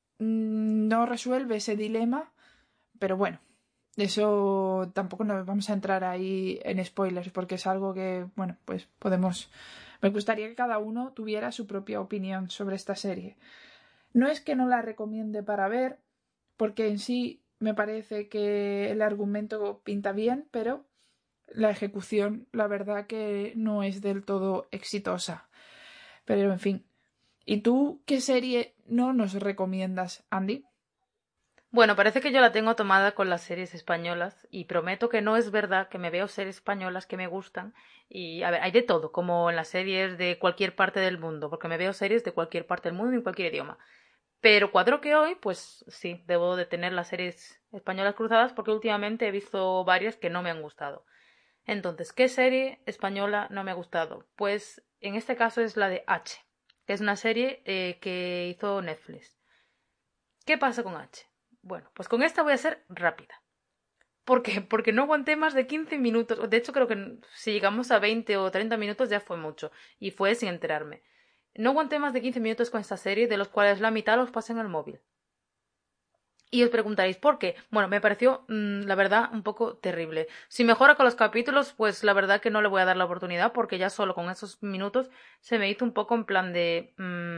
no resuelve ese dilema, pero bueno, eso tampoco nos vamos a entrar ahí en spoilers porque es algo que, bueno, pues podemos... Me gustaría que cada uno tuviera su propia opinión sobre esta serie. No es que no la recomiende para ver, porque en sí me parece que el argumento pinta bien, pero la ejecución, la verdad que no es del todo exitosa. Pero en fin. ¿Y tú qué serie no nos recomiendas, Andy? Bueno, parece que yo la tengo tomada con las series españolas y prometo que no es verdad que me veo series españolas que me gustan y, a ver, hay de todo, como en las series de cualquier parte del mundo, porque me veo series de cualquier parte del mundo en cualquier idioma. Pero cuadro que hoy, pues sí, debo de tener las series españolas cruzadas porque últimamente he visto varias que no me han gustado. Entonces, ¿qué serie española no me ha gustado? Pues en este caso es la de H, que es una serie que hizo Netflix. ¿Qué pasa con H? Bueno, pues con esta voy a ser rápida. ¿Por qué? Porque no aguanté más de 15 minutos. De hecho, creo que si llegamos a 20 o 30 minutos ya fue mucho. Y fue sin enterarme. No aguanté más de 15 minutos con esta serie, de los cuales la mitad los pasé en el móvil. Y os preguntaréis por qué. Bueno, me pareció, la verdad, un poco terrible. Si mejora con los capítulos, pues la verdad que no le voy a dar la oportunidad, porque ya solo con esos minutos se me hizo un poco en plan de...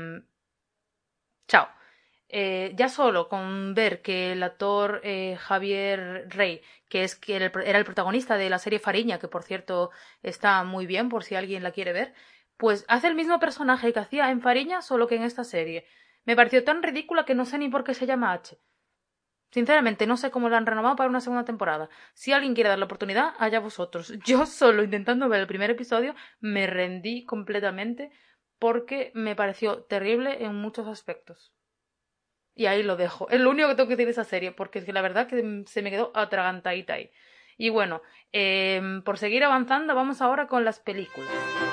chao. Ya solo con ver que el actor Javier Rey, que era el protagonista de la serie Fariña, que por cierto está muy bien por si alguien la quiere ver, pues hace el mismo personaje que hacía en Fariña, solo que en esta serie. Me pareció tan ridícula que no sé ni por qué se llama H. Sinceramente, no sé cómo la han renovado para una segunda temporada. Si alguien quiere dar la oportunidad, allá vosotros. Yo solo intentando ver el primer episodio me rendí completamente porque me pareció terrible en muchos aspectos. Y ahí lo dejo. Es lo único que tengo que decir de esa serie, porque es que la verdad que se me quedó atragantadita ahí. Y bueno, por seguir avanzando, vamos ahora con las películas.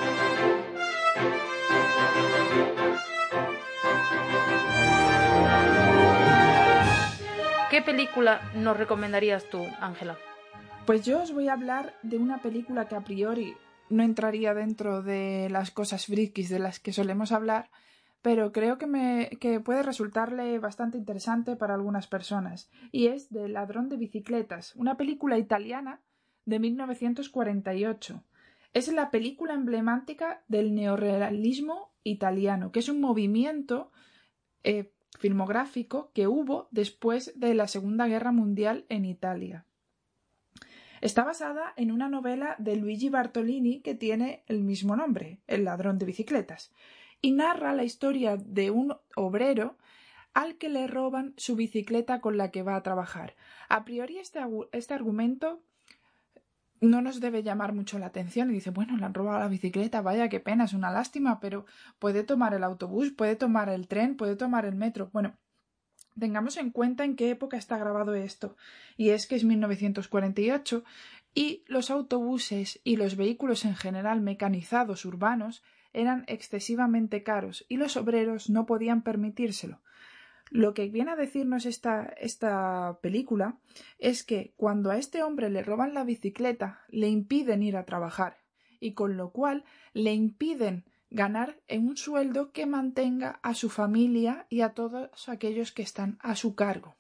¿Qué película nos recomendarías tú, Ángela? Pues yo os voy a hablar de una película que a priori no entraría dentro de las cosas frikis de las que solemos hablar, pero creo que puede resultarle bastante interesante para algunas personas, y es de Ladrón de bicicletas, una película italiana de 1948. Es la película emblemática del neorrealismo italiano, que es un movimiento filmográfico que hubo después de la Segunda Guerra Mundial en Italia. Está basada en una novela de Luigi Bartolini que tiene el mismo nombre, El ladrón de bicicletas, y narra la historia de un obrero al que le roban su bicicleta con la que va a trabajar. A priori este argumento no nos debe llamar mucho la atención y dice, bueno, le han robado la bicicleta, vaya qué pena, es una lástima, pero puede tomar el autobús, puede tomar el tren, puede tomar el metro. Bueno, tengamos en cuenta en qué época está grabado esto, y es que es 1948 y los autobuses y los vehículos en general mecanizados urbanos eran excesivamente caros y los obreros no podían permitírselo. Lo que viene a decirnos esta película es que cuando a este hombre le roban la bicicleta le impiden ir a trabajar y con lo cual le impiden ganar en un sueldo que mantenga a su familia y a todos aquellos que están a su cargo.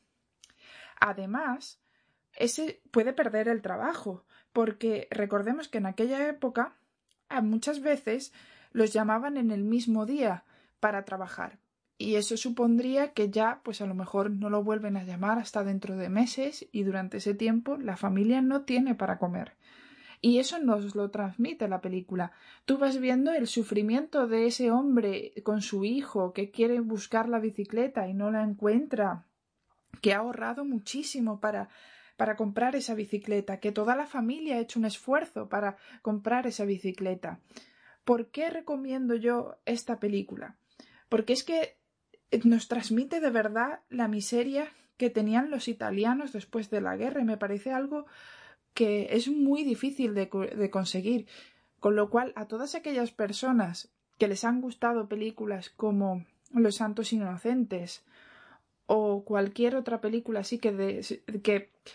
Además, ese puede perder el trabajo, porque recordemos que en aquella época muchas veces los llamaban en el mismo día para trabajar. Y eso supondría que ya, pues a lo mejor no lo vuelven a llamar hasta dentro de meses y durante ese tiempo la familia no tiene para comer. Y eso nos lo transmite la película. Tú vas viendo el sufrimiento de ese hombre con su hijo que quiere buscar la bicicleta y no la encuentra, que ha ahorrado muchísimo para comprar esa bicicleta, que toda la familia ha hecho un esfuerzo para comprar esa bicicleta. ¿Por qué recomiendo yo esta película? Porque es que nos transmite de verdad la miseria que tenían los italianos después de la guerra y me parece algo que es muy difícil de conseguir, con lo cual a todas aquellas personas que les han gustado películas como Los Santos Inocentes o cualquier otra película así que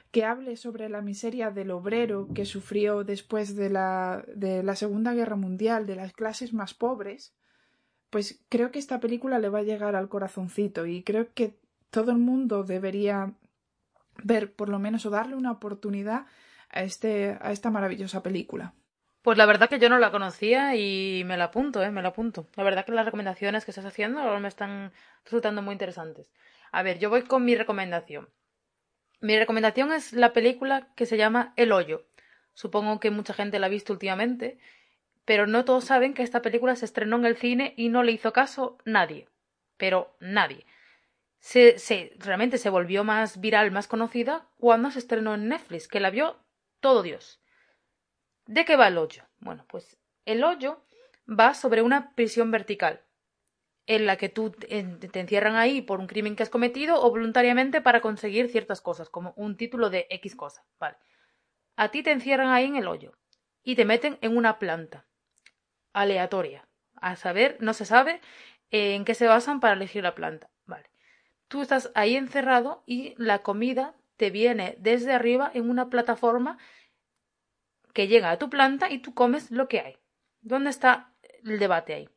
que hable sobre la miseria del obrero que sufrió después de la Segunda Guerra Mundial, de las clases más pobres, pues creo que esta película le va a llegar al corazoncito y creo que todo el mundo debería ver, por lo menos, o darle una oportunidad a esta maravillosa película. Pues la verdad que yo no la conocía y me la apunto, me la apunto. La verdad que las recomendaciones que estás haciendo ahora me están resultando muy interesantes. A ver, yo voy con mi recomendación. Mi recomendación es la película que se llama El Hoyo. Supongo que mucha gente la ha visto últimamente, pero no todos saben que esta película se estrenó en el cine y no le hizo caso nadie. Pero nadie. Realmente se volvió más viral, más conocida cuando se estrenó en Netflix, que la vio todo Dios. ¿De qué va El Hoyo? Bueno, pues El Hoyo va sobre una prisión vertical, en la que tú te encierran ahí por un crimen que has cometido o voluntariamente para conseguir ciertas cosas, como un título de X cosa, ¿vale? A ti te encierran ahí en el hoyo y te meten en una planta aleatoria. A saber, no se sabe en qué se basan para elegir la planta, ¿vale? Tú estás ahí encerrado y la comida te viene desde arriba en una plataforma que llega a tu planta y tú comes lo que hay. ¿Dónde está el debate ahí?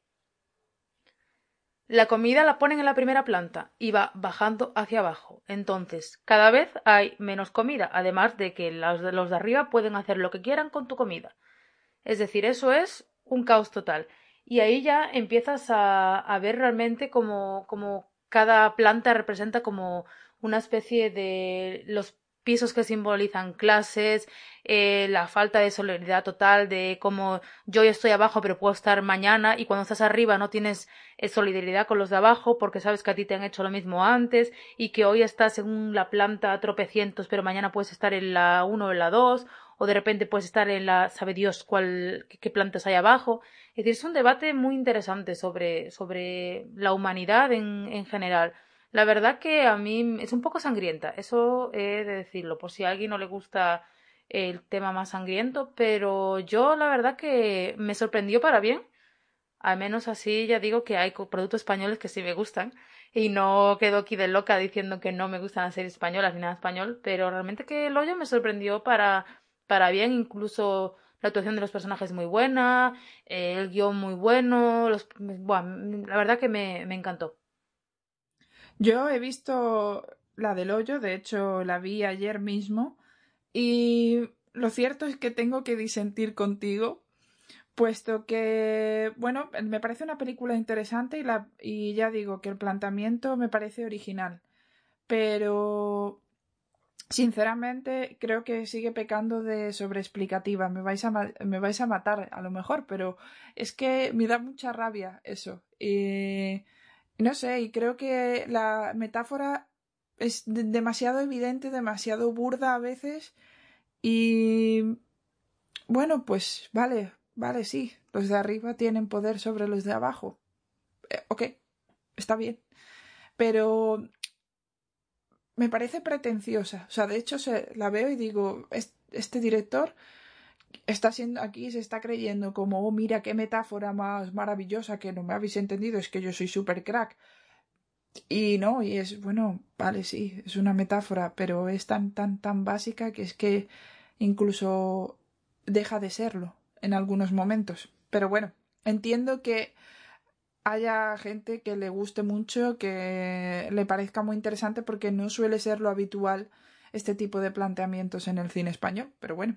La comida la ponen en la primera planta y va bajando hacia abajo. Entonces, cada vez hay menos comida, además de que los de arriba pueden hacer lo que quieran con tu comida. Es decir, eso es un caos total. Y ahí ya empiezas a ver realmente como cada planta representa como una especie de los pisos que simbolizan clases, la falta de solidaridad total, de cómo yo estoy abajo pero puedo estar mañana y cuando estás arriba no tienes solidaridad con los de abajo porque sabes que a ti te han hecho lo mismo antes y que hoy estás en la planta tropecientos pero mañana puedes estar en la 1 o en la 2 o de repente puedes estar en la, sabe Dios qué plantas hay abajo. Es decir, es un debate muy interesante sobre la humanidad en general. La verdad que a mí es un poco sangrienta, eso he de decirlo, por si a alguien no le gusta el tema más sangriento, pero yo la verdad que me sorprendió para bien. Al menos así ya digo que hay productos españoles que sí me gustan y no quedo aquí de loca diciendo que no me gustan las series españolas ni nada español, pero realmente que El Hoyo me sorprendió para bien, incluso la actuación de los personajes es muy buena, el guión muy bueno, bueno, la verdad que me encantó. Yo he visto la del Hoyo, de hecho la vi ayer mismo, y lo cierto es que tengo que disentir contigo, puesto que, bueno, me parece una película interesante y ya digo que el planteamiento me parece original, pero sinceramente creo que sigue pecando de sobreexplicativa. Me vais a matar a lo mejor, pero es que me da mucha rabia eso. No sé, y creo que la metáfora es demasiado evidente, demasiado burda a veces. Y bueno, pues vale, vale, sí. Los de arriba tienen poder sobre los de abajo. Ok, está bien. Pero me parece pretenciosa. O sea, de hecho la veo y digo, este director está siendo aquí, se está creyendo como, oh, mira qué metáfora más maravillosa que no me habéis entendido, es que yo soy super crack. Y no, y es, bueno, vale, sí, es una metáfora, pero es tan básica que es que incluso deja de serlo en algunos momentos. Pero bueno, entiendo que haya gente que le guste mucho, que le parezca muy interesante, porque no suele ser lo habitual este tipo de planteamientos en el cine español. Pero bueno.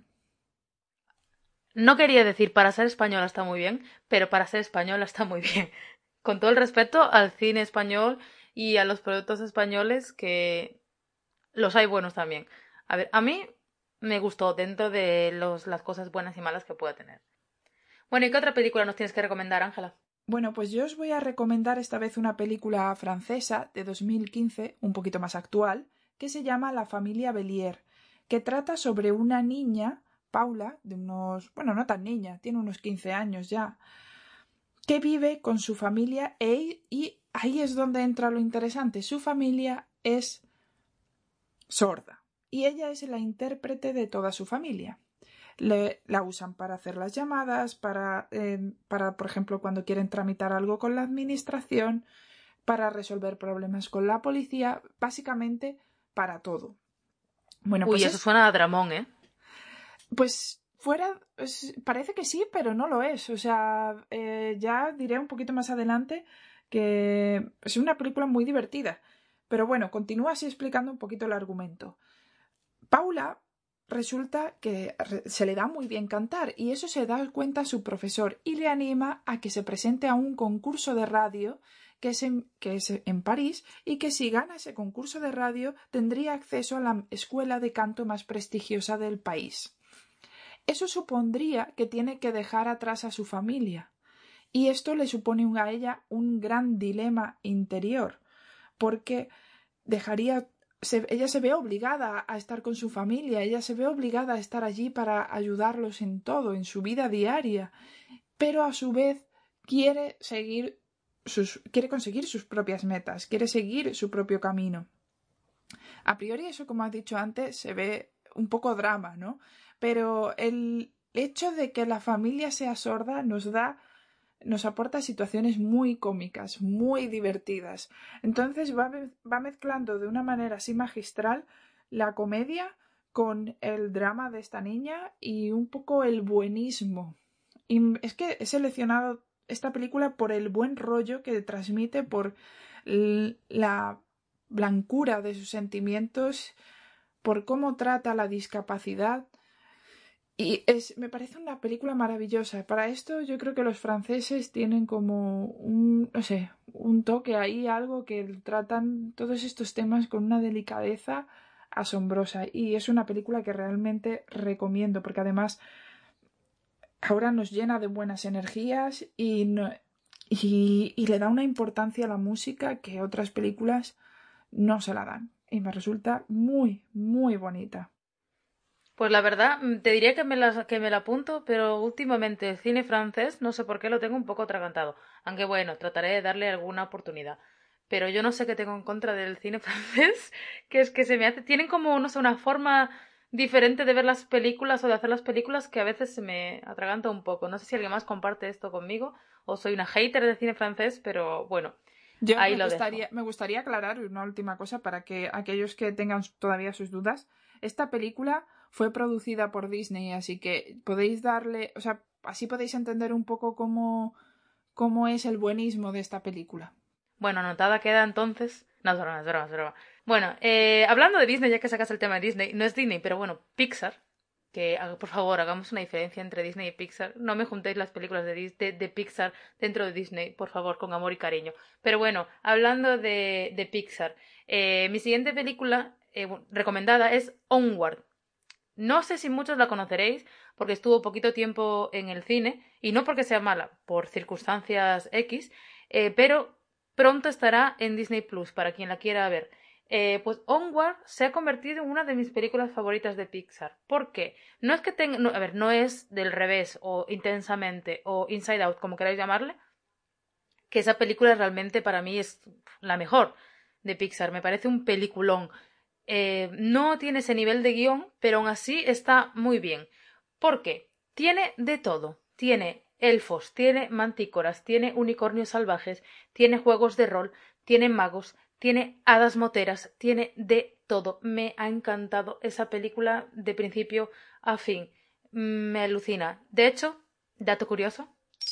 No quería decir para ser española está muy bien, pero para ser española está muy bien. Con todo el respeto al cine español y a los productos españoles, que los hay buenos también. A ver, a mí me gustó dentro de las cosas buenas y malas que pueda tener. Bueno, ¿y qué otra película nos tienes que recomendar, Ángela? Bueno, pues yo os voy a recomendar esta vez una película francesa de 2015, un poquito más actual, que se llama La familia Bellier, que trata sobre una niña, Paula, de unos, bueno, no tan niña, tiene unos 15 años ya, que vive con su familia y ahí es donde entra lo interesante. Su familia es sorda y ella es la intérprete de toda su familia. La usan para hacer las llamadas, para, por ejemplo, cuando quieren tramitar algo con la administración, para resolver problemas con la policía, básicamente para todo. Bueno, Uy, pues eso suena a dramón, ¿eh? pues parece que sí, pero no lo es. O sea, ya diré un poquito más adelante que es una película muy divertida. Pero bueno, continúa así explicando un poquito el argumento. Paula resulta que se le da muy bien cantar y eso se da cuenta a su profesor y le anima a que se presente a un concurso de radio que es en París y que si gana ese concurso de radio tendría acceso a la escuela de canto más prestigiosa del país. Eso supondría que tiene que dejar atrás a su familia y esto le supone a ella un gran dilema interior porque ella se ve obligada a estar con su familia, ella se ve obligada a estar allí para ayudarlos en todo, en su vida diaria, pero a su vez quiere conseguir sus propias metas, quiere seguir su propio camino. A priori eso, como has dicho antes, se ve un poco drama, ¿no? Pero el hecho de que la familia sea sorda nos aporta situaciones muy cómicas, muy divertidas. Entonces va mezclando de una manera así magistral la comedia con el drama de esta niña y un poco el buenismo. Y es que he seleccionado esta película por el buen rollo que transmite, por la blancura de sus sentimientos, por cómo trata la discapacidad. Y me parece una película maravillosa. Para esto yo creo que los franceses tienen como no sé, un toque ahí, algo que tratan todos estos temas con una delicadeza asombrosa. Y es una película que realmente recomiendo porque además ahora nos llena de buenas energías y le da una importancia a la música que otras películas no se la dan. Y me resulta muy, muy bonita. Pues la verdad, te diría que me la apunto, pero últimamente el cine francés, no sé por qué lo tengo un poco atragantado. Aunque bueno, trataré de darle alguna oportunidad. Pero yo no sé qué tengo en contra del cine francés, que es que se me hace, tienen como, no sé, una forma diferente de ver las películas o de hacer las películas que a veces se me atraganta un poco. No sé si alguien más comparte esto conmigo o soy una hater del cine francés, pero bueno, Yo ahí lo dejo. me gustaría aclarar una última cosa para que aquellos que tengan todavía sus dudas. Esta película fue producida por Disney, así que podéis darle, o sea, así podéis entender un poco cómo es el buenismo de esta película. Bueno, anotada queda entonces. No, es broma, es broma, es broma. Bueno, hablando de Disney, ya que sacas el tema de Disney, no es Disney, pero bueno, Pixar, que por favor hagamos una diferencia entre Disney y Pixar. No me juntéis las películas de Pixar dentro de Disney, por favor, con amor y cariño. Pero bueno, hablando de Pixar, mi siguiente película recomendada es Onward. No sé si muchos la conoceréis, porque estuvo poquito tiempo en el cine, y no porque sea mala, por circunstancias X, pero pronto estará en Disney Plus, para quien la quiera ver. Pues Onward se ha convertido en una de mis películas favoritas de Pixar. ¿Por qué? No es que tenga, no, a ver, no es del revés, o intensamente, o Inside Out, como queráis llamarle, que esa película realmente para mí es la mejor de Pixar. Me parece un peliculón. No tiene ese nivel de guión, pero aún así está muy bien. ¿Por qué? Tiene de todo. Tiene elfos, tiene mantícoras, tiene unicornios salvajes, tiene juegos de rol, tiene magos, tiene hadas moteras, tiene de todo. Me ha encantado esa película de principio a fin. Me alucina. De hecho, dato curioso,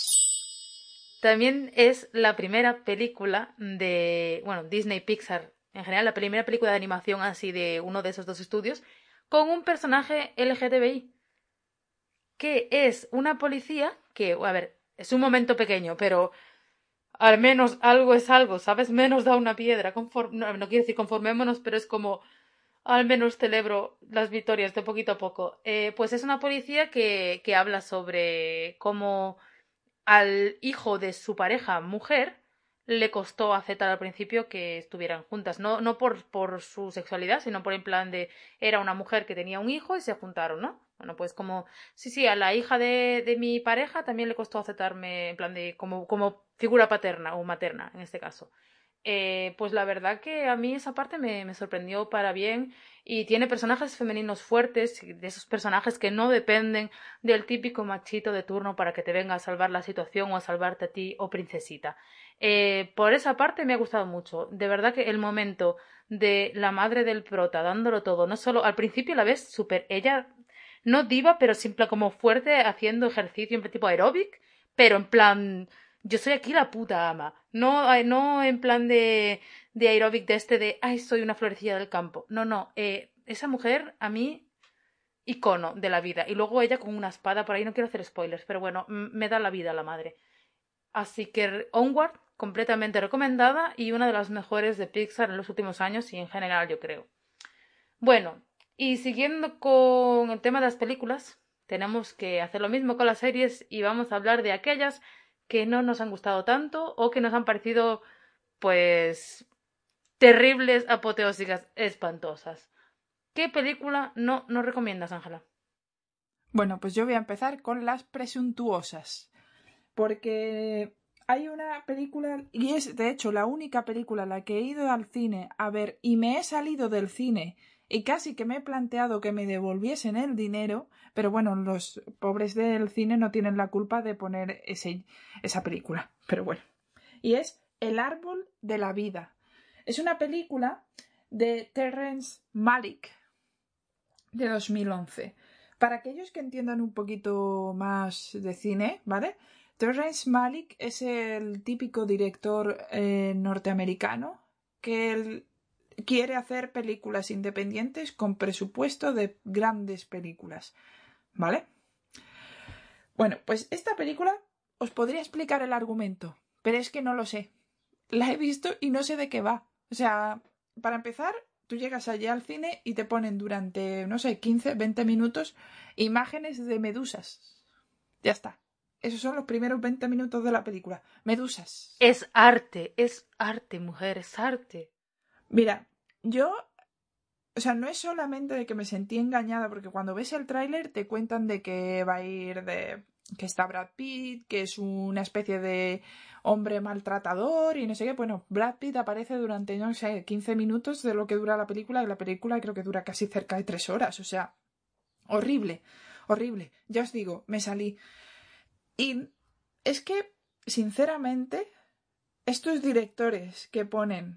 también es la primera película de, bueno, Disney Pixar, en general, la primera película de animación así de uno de esos dos estudios, con un personaje LGTBI, que es una policía que, a ver, es un momento pequeño, pero al menos algo es algo, ¿sabes? Menos da una piedra, no quiero decir conformémonos, pero es como, al menos celebro las victorias de poquito a poco. Pues es una policía que habla sobre cómo al hijo de su pareja mujer le costó aceptar al principio que estuvieran juntas. No por su sexualidad, sino por en plan de era una mujer que tenía un hijo y se juntaron, ¿no? Bueno, pues como, sí, a la hija de mi pareja también le costó aceptarme en plan de como figura paterna o materna en este caso. Pues la verdad que a mí esa parte me sorprendió para bien y tiene personajes femeninos fuertes, de esos personajes que no dependen del típico machito de turno para que te venga a salvar la situación o a salvarte a ti o princesita. Por esa parte me ha gustado mucho. De verdad que el momento de la madre del prota, dándolo todo. No solo, al principio la ves súper, ella, no diva, pero simple como fuerte, haciendo ejercicio en tipo aeróbic, pero en plan, yo soy aquí la puta ama. No, no en plan de aeróbic de, ay, soy una florecilla del campo. No, no, esa mujer a mí icono de la vida. Y luego ella con una espada por ahí, no quiero hacer spoilers, pero bueno, me da la vida la madre. Así que Onward, completamente recomendada y una de las mejores de Pixar en los últimos años y en general, yo creo. Bueno, y siguiendo con el tema de las películas, tenemos que hacer lo mismo con las series y vamos a hablar de aquellas que no nos han gustado tanto o que nos han parecido, pues, terribles, apoteósicas, espantosas. ¿Qué película no nos recomiendas, Ángela? Bueno, pues yo voy a empezar con Las Presuntuosas, porque hay una película, y es de hecho la única película a la que he ido al cine a ver y me he salido del cine y casi que me he planteado que me devolviesen el dinero, pero bueno, los pobres del cine no tienen la culpa de poner esa película, pero bueno. Y es El árbol de la vida. Es una película de Terrence Malick de 2011. Para aquellos que entiendan un poquito más de cine, ¿vale? Terrence Malick es el típico director norteamericano que quiere hacer películas independientes con presupuesto de grandes películas, ¿vale? Bueno, pues esta película os podría explicar el argumento, pero es que no lo sé. La he visto y no sé de qué va. O sea, para empezar, tú llegas allí al cine y te ponen durante, no sé, 15, 20 minutos imágenes de medusas. Ya está. Esos son los primeros 20 minutos de la película. Medusas. Es arte, mujer, es arte. Mira, yo... O sea, no es solamente de que me sentí engañada, porque cuando ves el tráiler te cuentan de que va a ir de... que está Brad Pitt, que es una especie de hombre maltratador y no sé qué. Bueno, Brad Pitt aparece durante, no sé, 15 minutos de lo que dura la película, y la película creo que dura casi cerca de 3 horas. O sea, horrible, horrible. Ya os digo, me salí. Y es que, sinceramente, estos directores que ponen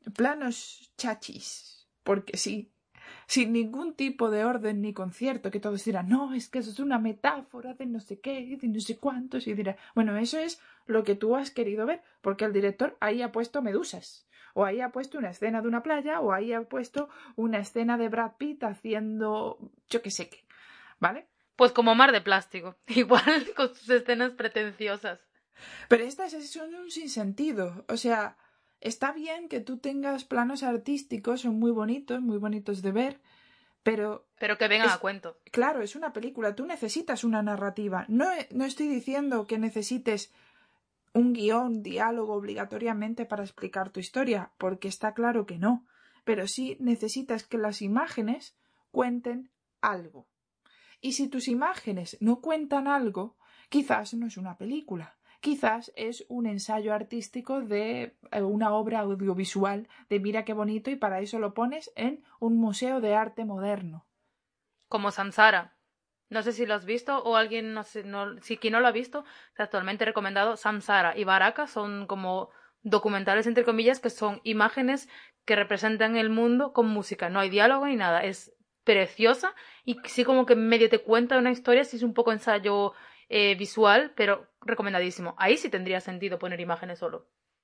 planos chachis, porque sí, sin ningún tipo de orden ni concierto, que todos dirán, no, es que eso es una metáfora de no sé qué, de no sé cuántos, y dirán, bueno, eso es lo que tú has querido ver, porque el director ahí ha puesto medusas, o ahí ha puesto una escena de una playa, o ahí ha puesto una escena de Brad Pitt haciendo yo qué sé qué, ¿vale? Pues como Mar de Plástico, igual con sus escenas pretenciosas. Pero estas son un sinsentido. O sea, está bien que tú tengas planos artísticos, son muy bonitos de ver, pero Pero que vengan a cuento. claro, es una película, tú necesitas una narrativa. No estoy diciendo que necesites un guión, diálogo obligatoriamente para explicar tu historia, porque está claro que no. Pero sí necesitas que las imágenes cuenten algo. Y si tus imágenes no cuentan algo, quizás no es una película. Quizás es un ensayo artístico de una obra audiovisual de mira qué bonito, y para eso lo pones en un museo de arte moderno. Como Samsara. No sé si lo has visto o alguien, no sé, si quien no lo ha visto, está actualmente recomendado. Samsara y Baraka son como documentales, entre comillas, que son imágenes que representan el mundo con música. No hay diálogo ni nada. Es preciosa y sí como que medio te cuenta una historia, sí es un poco ensayo visual, pero recomendadísimo. Ahí sí tendría sentido poner imágenes solo.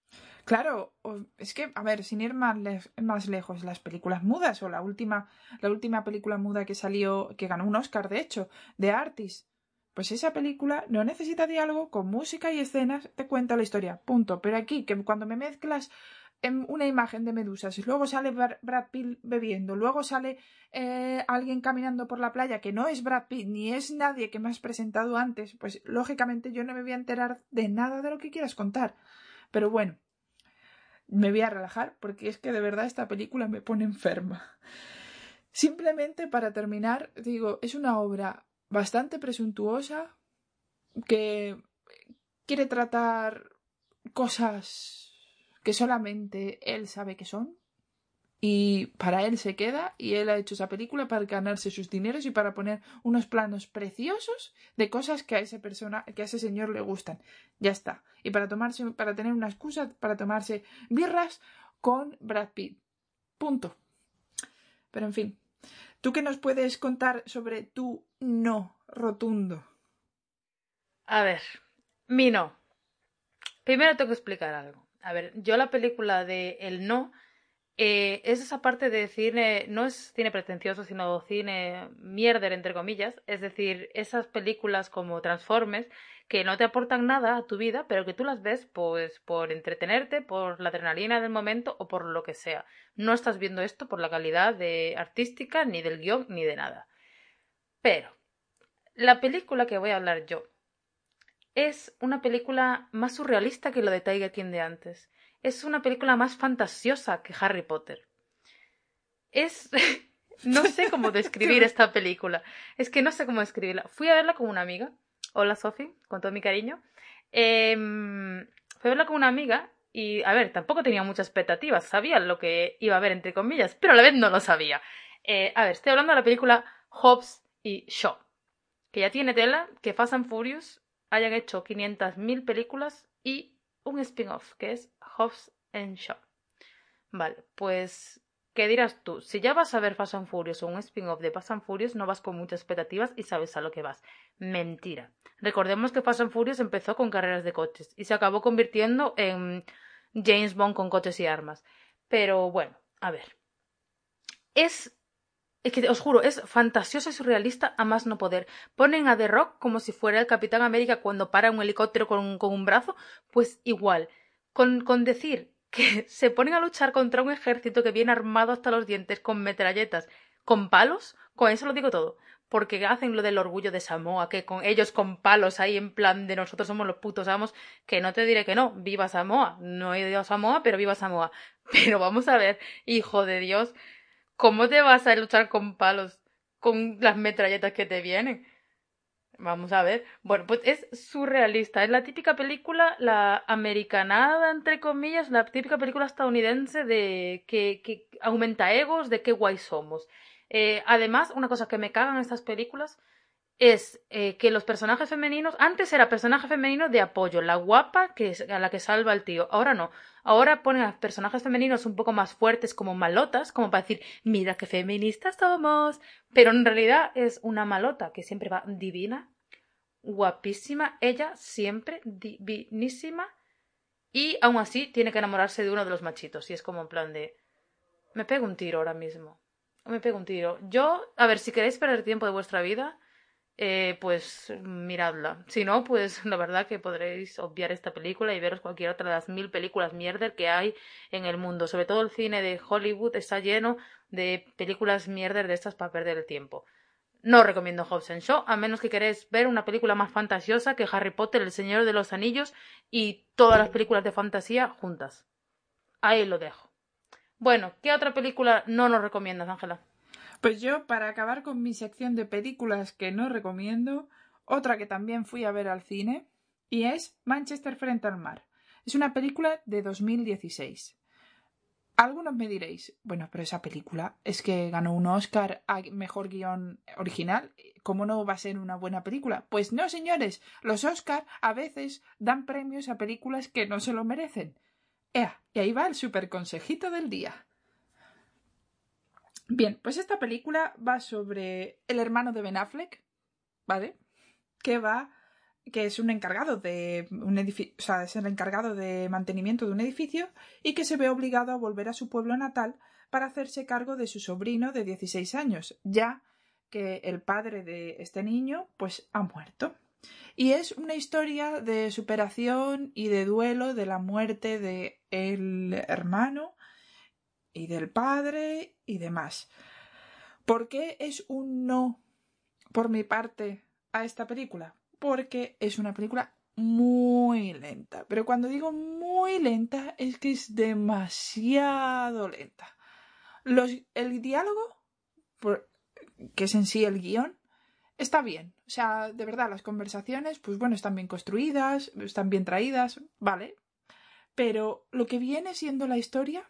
Claro, es que, a ver, sin ir más lejos, las películas mudas, o la última película muda que salió, que ganó un Oscar, de hecho, de Artist. Pues esa película no necesita diálogo, con música y escenas te cuenta la historia, punto. Pero aquí, que cuando me mezclas en una imagen de medusas, y luego sale Brad Pitt bebiendo, luego sale alguien caminando por la playa que no es Brad Pitt ni es nadie que me has presentado antes, pues lógicamente yo no me voy a enterar de nada de lo que quieras contar. Pero bueno, me voy a relajar porque es que de verdad esta película me pone enferma. Simplemente para terminar, digo, es una obra bastante presuntuosa que quiere tratar cosas que solamente él sabe que son, y para él se queda, y él ha hecho esa película para ganarse sus dineros y para poner unos planos preciosos de cosas que a esa persona, que a ese señor le gustan. Ya está. Y para tener una excusa para tomarse birras con Brad Pitt. Punto. Pero en fin, ¿tú qué nos puedes contar sobre tu no rotundo? A ver, mi no. Primero tengo que explicar algo. A ver, yo la película de El No es esa parte de cine, no es cine pretencioso, sino cine mierder, entre comillas. Es decir, esas películas como Transformers que no te aportan nada a tu vida, pero que tú las ves pues por entretenerte, por la adrenalina del momento o por lo que sea. No estás viendo esto por la calidad artística, ni del guión, ni de nada. Pero la película que voy a hablar yo es una película más surrealista que lo de Tiger King de antes. Es una película más fantasiosa que Harry Potter. Es... no sé cómo describir esta película. Es que no sé cómo describirla. Fui a verla con una amiga. Hola, Sofi, con todo mi cariño. Fui a verla con una amiga y, a ver, tampoco tenía muchas expectativas. Sabía lo que iba a ver, entre comillas, pero a la vez no lo sabía. A ver, estoy hablando de la película Hobbs y Shaw, que ya tiene tela, que Fast and Furious hayan hecho 500.000 películas y un spin-off, que es Hobbs and Shaw. Vale, pues, ¿qué dirás tú? Si ya vas a ver Fast and Furious o un spin-off de Fast and Furious, no vas con muchas expectativas y sabes a lo que vas. Mentira. Recordemos que Fast and Furious empezó con carreras de coches y se acabó convirtiendo en James Bond con coches y armas. Pero bueno, a ver. Es que os juro, es fantasioso y surrealista a más no poder. Ponen a The Rock como si fuera el Capitán América cuando para un helicóptero con un brazo, pues igual. Con decir que se ponen a luchar contra un ejército que viene armado hasta los dientes con metralletas, con palos, con eso lo digo todo. Porque hacen lo del orgullo de Samoa, que con ellos con palos ahí en plan de nosotros somos los putos amos, que no te diré que no, viva Samoa. No he ido a Samoa, pero viva Samoa. Pero vamos a ver, hijo de Dios, ¿cómo te vas a luchar con palos con las metralletas que te vienen? Vamos a ver. Bueno, pues es surrealista. Es la típica película, la americanada, entre comillas, la típica película estadounidense de que aumenta egos, de qué guay somos. Además, una cosa que me cagan estas películas es que los personajes femeninos, antes era personaje femenino de apoyo, la guapa que es a la que salva el tío, ahora no, ahora ponen a personajes femeninos un poco más fuertes como malotas, como para decir, mira qué feministas somos, pero en realidad es una malota que siempre va divina, guapísima, ella siempre divinísima y aún así tiene que enamorarse de uno de los machitos y es como en plan de, me pego un tiro ahora mismo, me pego un tiro. Yo, a ver, si queréis perder tiempo de vuestra vida, pues miradla. Si no, pues la verdad que podréis obviar esta película y veros cualquier otra de las 1000 películas mierder que hay en el mundo. Sobre todo el cine de Hollywood está lleno de películas mierder de estas para perder el tiempo. No recomiendo Hobbs and Shaw, a menos que queréis ver una película más fantasiosa que Harry Potter, El Señor de los Anillos y todas las películas de fantasía juntas. Ahí lo dejo. Bueno, ¿qué otra película no nos recomiendas, Ángela? Pues yo, para acabar con mi sección de películas que no recomiendo, otra que también fui a ver al cine, y es Manchester frente al mar. Es una película de 2016. Algunos me diréis, bueno, pero esa película es que ganó un Oscar a mejor guión original. ¿Cómo no va a ser una buena película? Pues no, señores, los Oscar a veces dan premios a películas que no se lo merecen. ¡Ea! Y ahí va el super consejito del día. Bien, pues esta película va sobre el hermano de Ben Affleck, ¿vale? Que es un encargado de un edificio, o sea, es el encargado de mantenimiento de un edificio y que se ve obligado a volver a su pueblo natal para hacerse cargo de su sobrino de 16 años, ya que el padre de este niño pues ha muerto. Y es una historia de superación y de duelo de la muerte de el hermano y del padre y demás. ¿Por qué es un no por mi parte a esta película? Porque es una película muy lenta. Pero cuando digo muy lenta es que es demasiado lenta. El diálogo, que es en sí el guión, está bien. O sea, de verdad, las conversaciones, pues bueno, están bien construidas, están bien traídas, vale. Pero lo que viene siendo la historia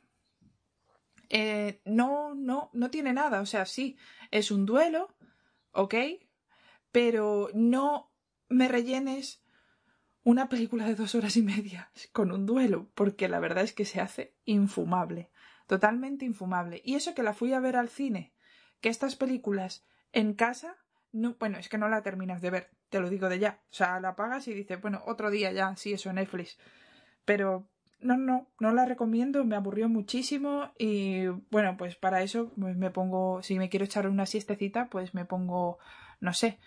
no tiene nada. O sea, sí, es un duelo, ok, pero no me rellenes una película de 2 horas y media con un duelo, porque la verdad es que se hace infumable. totalmente infumable. Y eso que la fui a ver al cine, que estas películas en casa, no, bueno, es que no la terminas de ver, te lo digo de ya. O sea, la apagas y dices, bueno, otro día ya, sí, eso, Netflix. Pero no la recomiendo, me aburrió muchísimo y bueno, pues para eso pues me pongo, si me quiero echar una siestecita, pues me pongo, no sé,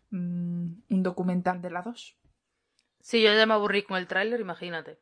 un documental de la 2. Sí, yo ya me aburrí con el tráiler, imagínate.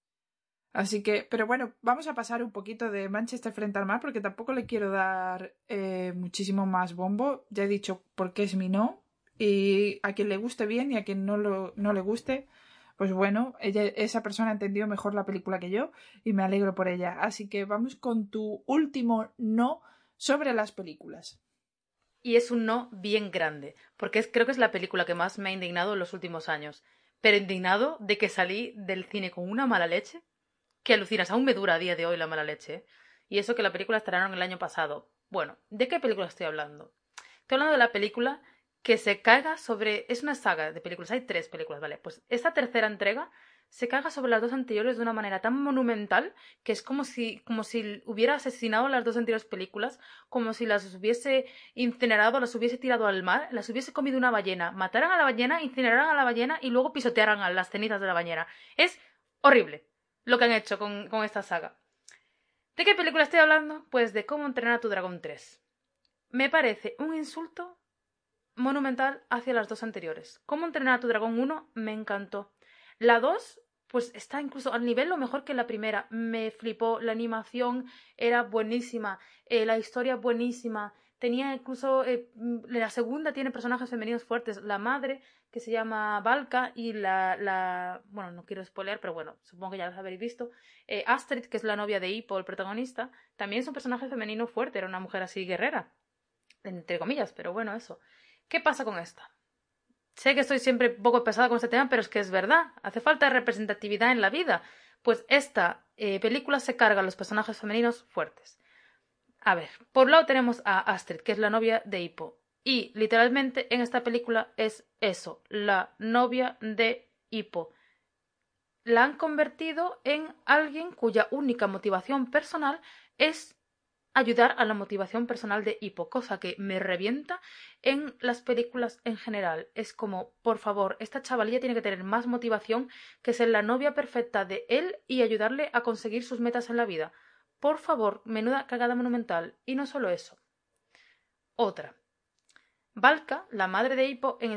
Así que, pero bueno, vamos a pasar un poquito de Manchester frente al mar porque tampoco le quiero dar muchísimo más bombo. Ya he dicho por qué es mi no. Y a quien le guste bien y a quien no le guste, pues bueno, esa persona entendió mejor la película que yo y me alegro por ella. Así que vamos con tu último no sobre las películas. Y es un no bien grande, porque creo que es la película que más me ha indignado en los últimos años. Pero indignado de que salí del cine con una mala leche, que alucinas, aún me dura a día de hoy la mala leche, ¿eh? Y eso que la película estrenaron el año pasado. Bueno, ¿de qué película estoy hablando? Estoy hablando de la película que se caga sobre... Es una saga de películas, hay 3 películas, ¿vale? Pues esta tercera entrega se caga sobre las 2 anteriores de una manera tan monumental que es como si hubiera asesinado las 2 anteriores películas, como si las hubiese incinerado, las hubiese tirado al mar, las hubiese comido una ballena, mataran a la ballena, incineraran a la ballena y luego pisotearan a las cenizas de la ballena. Es horrible lo que han hecho con esta saga. ¿De qué película estoy hablando? Pues de Cómo entrenar a tu dragón 3. Me parece un insulto monumental hacia las 2 anteriores. Cómo entrenar a tu dragón 1 me encantó. La 2, pues está incluso al nivel o mejor que la primera. Me flipó, la animación era buenísima, la historia buenísima. Tenía incluso, la segunda tiene personajes femeninos fuertes. La madre, que se llama Valka, y bueno, no quiero spoilear, pero bueno, supongo que ya las habréis visto. Astrid, que es la novia de Hippo, el protagonista, también es un personaje femenino fuerte, era una mujer así guerrera, entre comillas, pero bueno, eso. ¿Qué pasa con esta? Sé que estoy siempre un poco pesada con este tema, pero es que es verdad. Hace falta representatividad en la vida. Pues esta película se carga a los personajes femeninos fuertes. A ver, por un lado tenemos a Astrid, que es la novia de Hippo. Y literalmente en esta película es eso, la novia de Hippo. La han convertido en alguien cuya única motivación personal es ayudar a la motivación personal de Hippo, cosa que me revienta en las películas en general. Es como, por favor, esta chavalilla tiene que tener más motivación que ser la novia perfecta de él y ayudarle a conseguir sus metas en la vida. Por favor, menuda cagada monumental. Y no solo eso. Otra. Valka, la madre de Hippo, en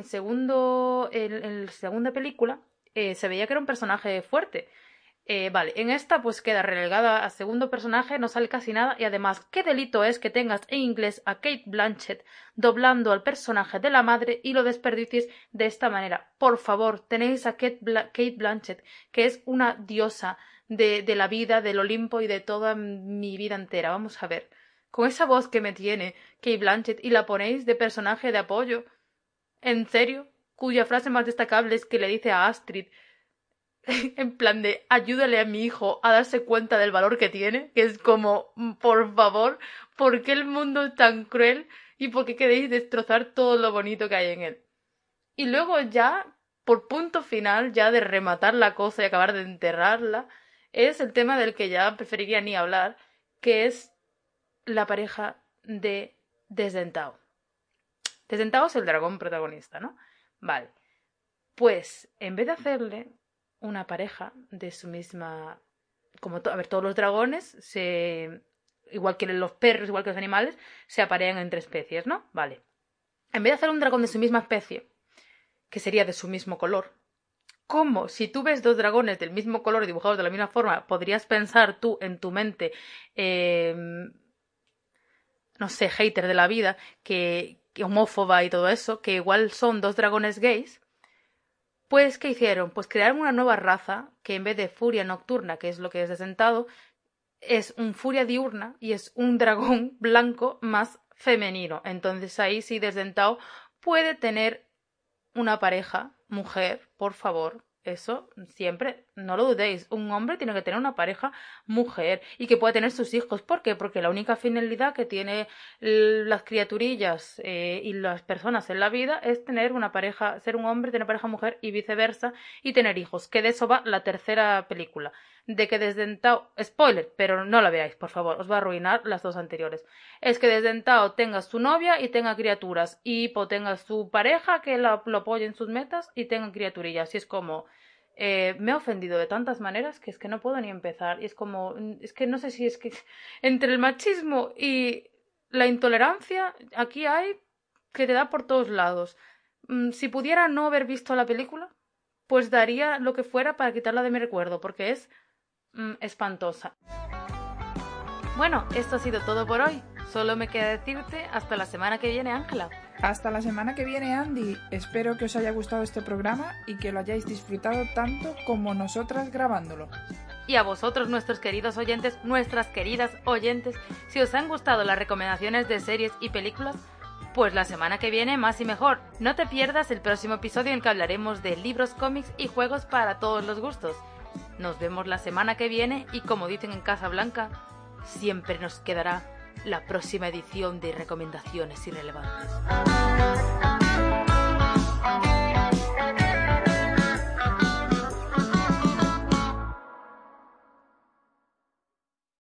la segunda película, se veía que era un personaje fuerte. Vale, en esta pues queda relegada a segundo personaje, no sale casi nada y además, ¿qué delito es que tengas en inglés a Kate Blanchett doblando al personaje de la madre y lo desperdicies de esta manera? Por favor, tenéis a Kate Blanchett, que es una diosa de la vida, del Olimpo y de toda mi vida entera. Vamos a ver, con esa voz que me tiene Kate Blanchett y la ponéis de personaje de apoyo, ¿en serio? Cuya frase más destacable es que le dice a Astrid en plan de ayúdale a mi hijo a darse cuenta del valor que tiene, que es como, por favor, ¿por qué el mundo es tan cruel y por qué queréis destrozar todo lo bonito que hay en él? Y luego ya, por punto final, ya de rematar la cosa y acabar de enterrarla, es el tema del que ya preferiría ni hablar, que es la pareja de Desdentado. Desdentado es el dragón protagonista, ¿no? Vale. Pues, en vez de hacerle una pareja de su misma... a ver, todos los dragones, igual que los perros, igual que los animales, se aparean entre especies, ¿no? Vale. En vez de hacer un dragón de su misma especie, que sería de su mismo color, ¿cómo, si tú ves 2 dragones del mismo color dibujados de la misma forma, podrías pensar tú en tu mente, no sé, hater de la vida, que homófoba y todo eso, que igual son 2 dragones gays? Pues, ¿qué hicieron? Pues crearon una nueva raza que en vez de furia nocturna, que es lo que es Desdentado, es un furia diurna y es un dragón blanco más femenino. Entonces ahí sí Desdentado puede tener una pareja, mujer, por favor. Eso siempre, no lo dudéis, un hombre tiene que tener una pareja mujer y que pueda tener sus hijos. ¿Por qué? Porque la única finalidad que tiene las criaturillas y las personas en la vida es tener una pareja, ser un hombre, tener pareja mujer y viceversa y tener hijos, que de eso va la tercera película. de que desdentado, spoiler, pero no la veáis, por favor, os va a arruinar las dos anteriores, es que desdentado tenga su novia y tenga criaturas, y Hippo tenga su pareja que lo apoye en sus metas y tenga criaturillas, y es como... me ha ofendido de tantas maneras que es que no puedo ni empezar, y es como, es que no sé si es que entre el machismo y la intolerancia, aquí hay que te da por todos lados. Si pudiera no haber visto la película, pues daría lo que fuera para quitarla de mi recuerdo, porque es espantosa. Bueno, esto ha sido todo por hoy. Solo me queda decirte hasta la semana que viene, Ángela. Hasta la semana que viene, Andy. Espero que os haya gustado este programa y que lo hayáis disfrutado tanto como nosotras grabándolo. Y a vosotros, nuestros queridos oyentes, nuestras queridas oyentes, si os han gustado las recomendaciones de series y películas, pues la semana que viene más y mejor. No te pierdas el próximo episodio en que hablaremos de libros, cómics y juegos para todos los gustos. Nos vemos la semana que viene y, como dicen en Casablanca, siempre nos quedará la próxima edición de Recomendaciones Irrelevantes.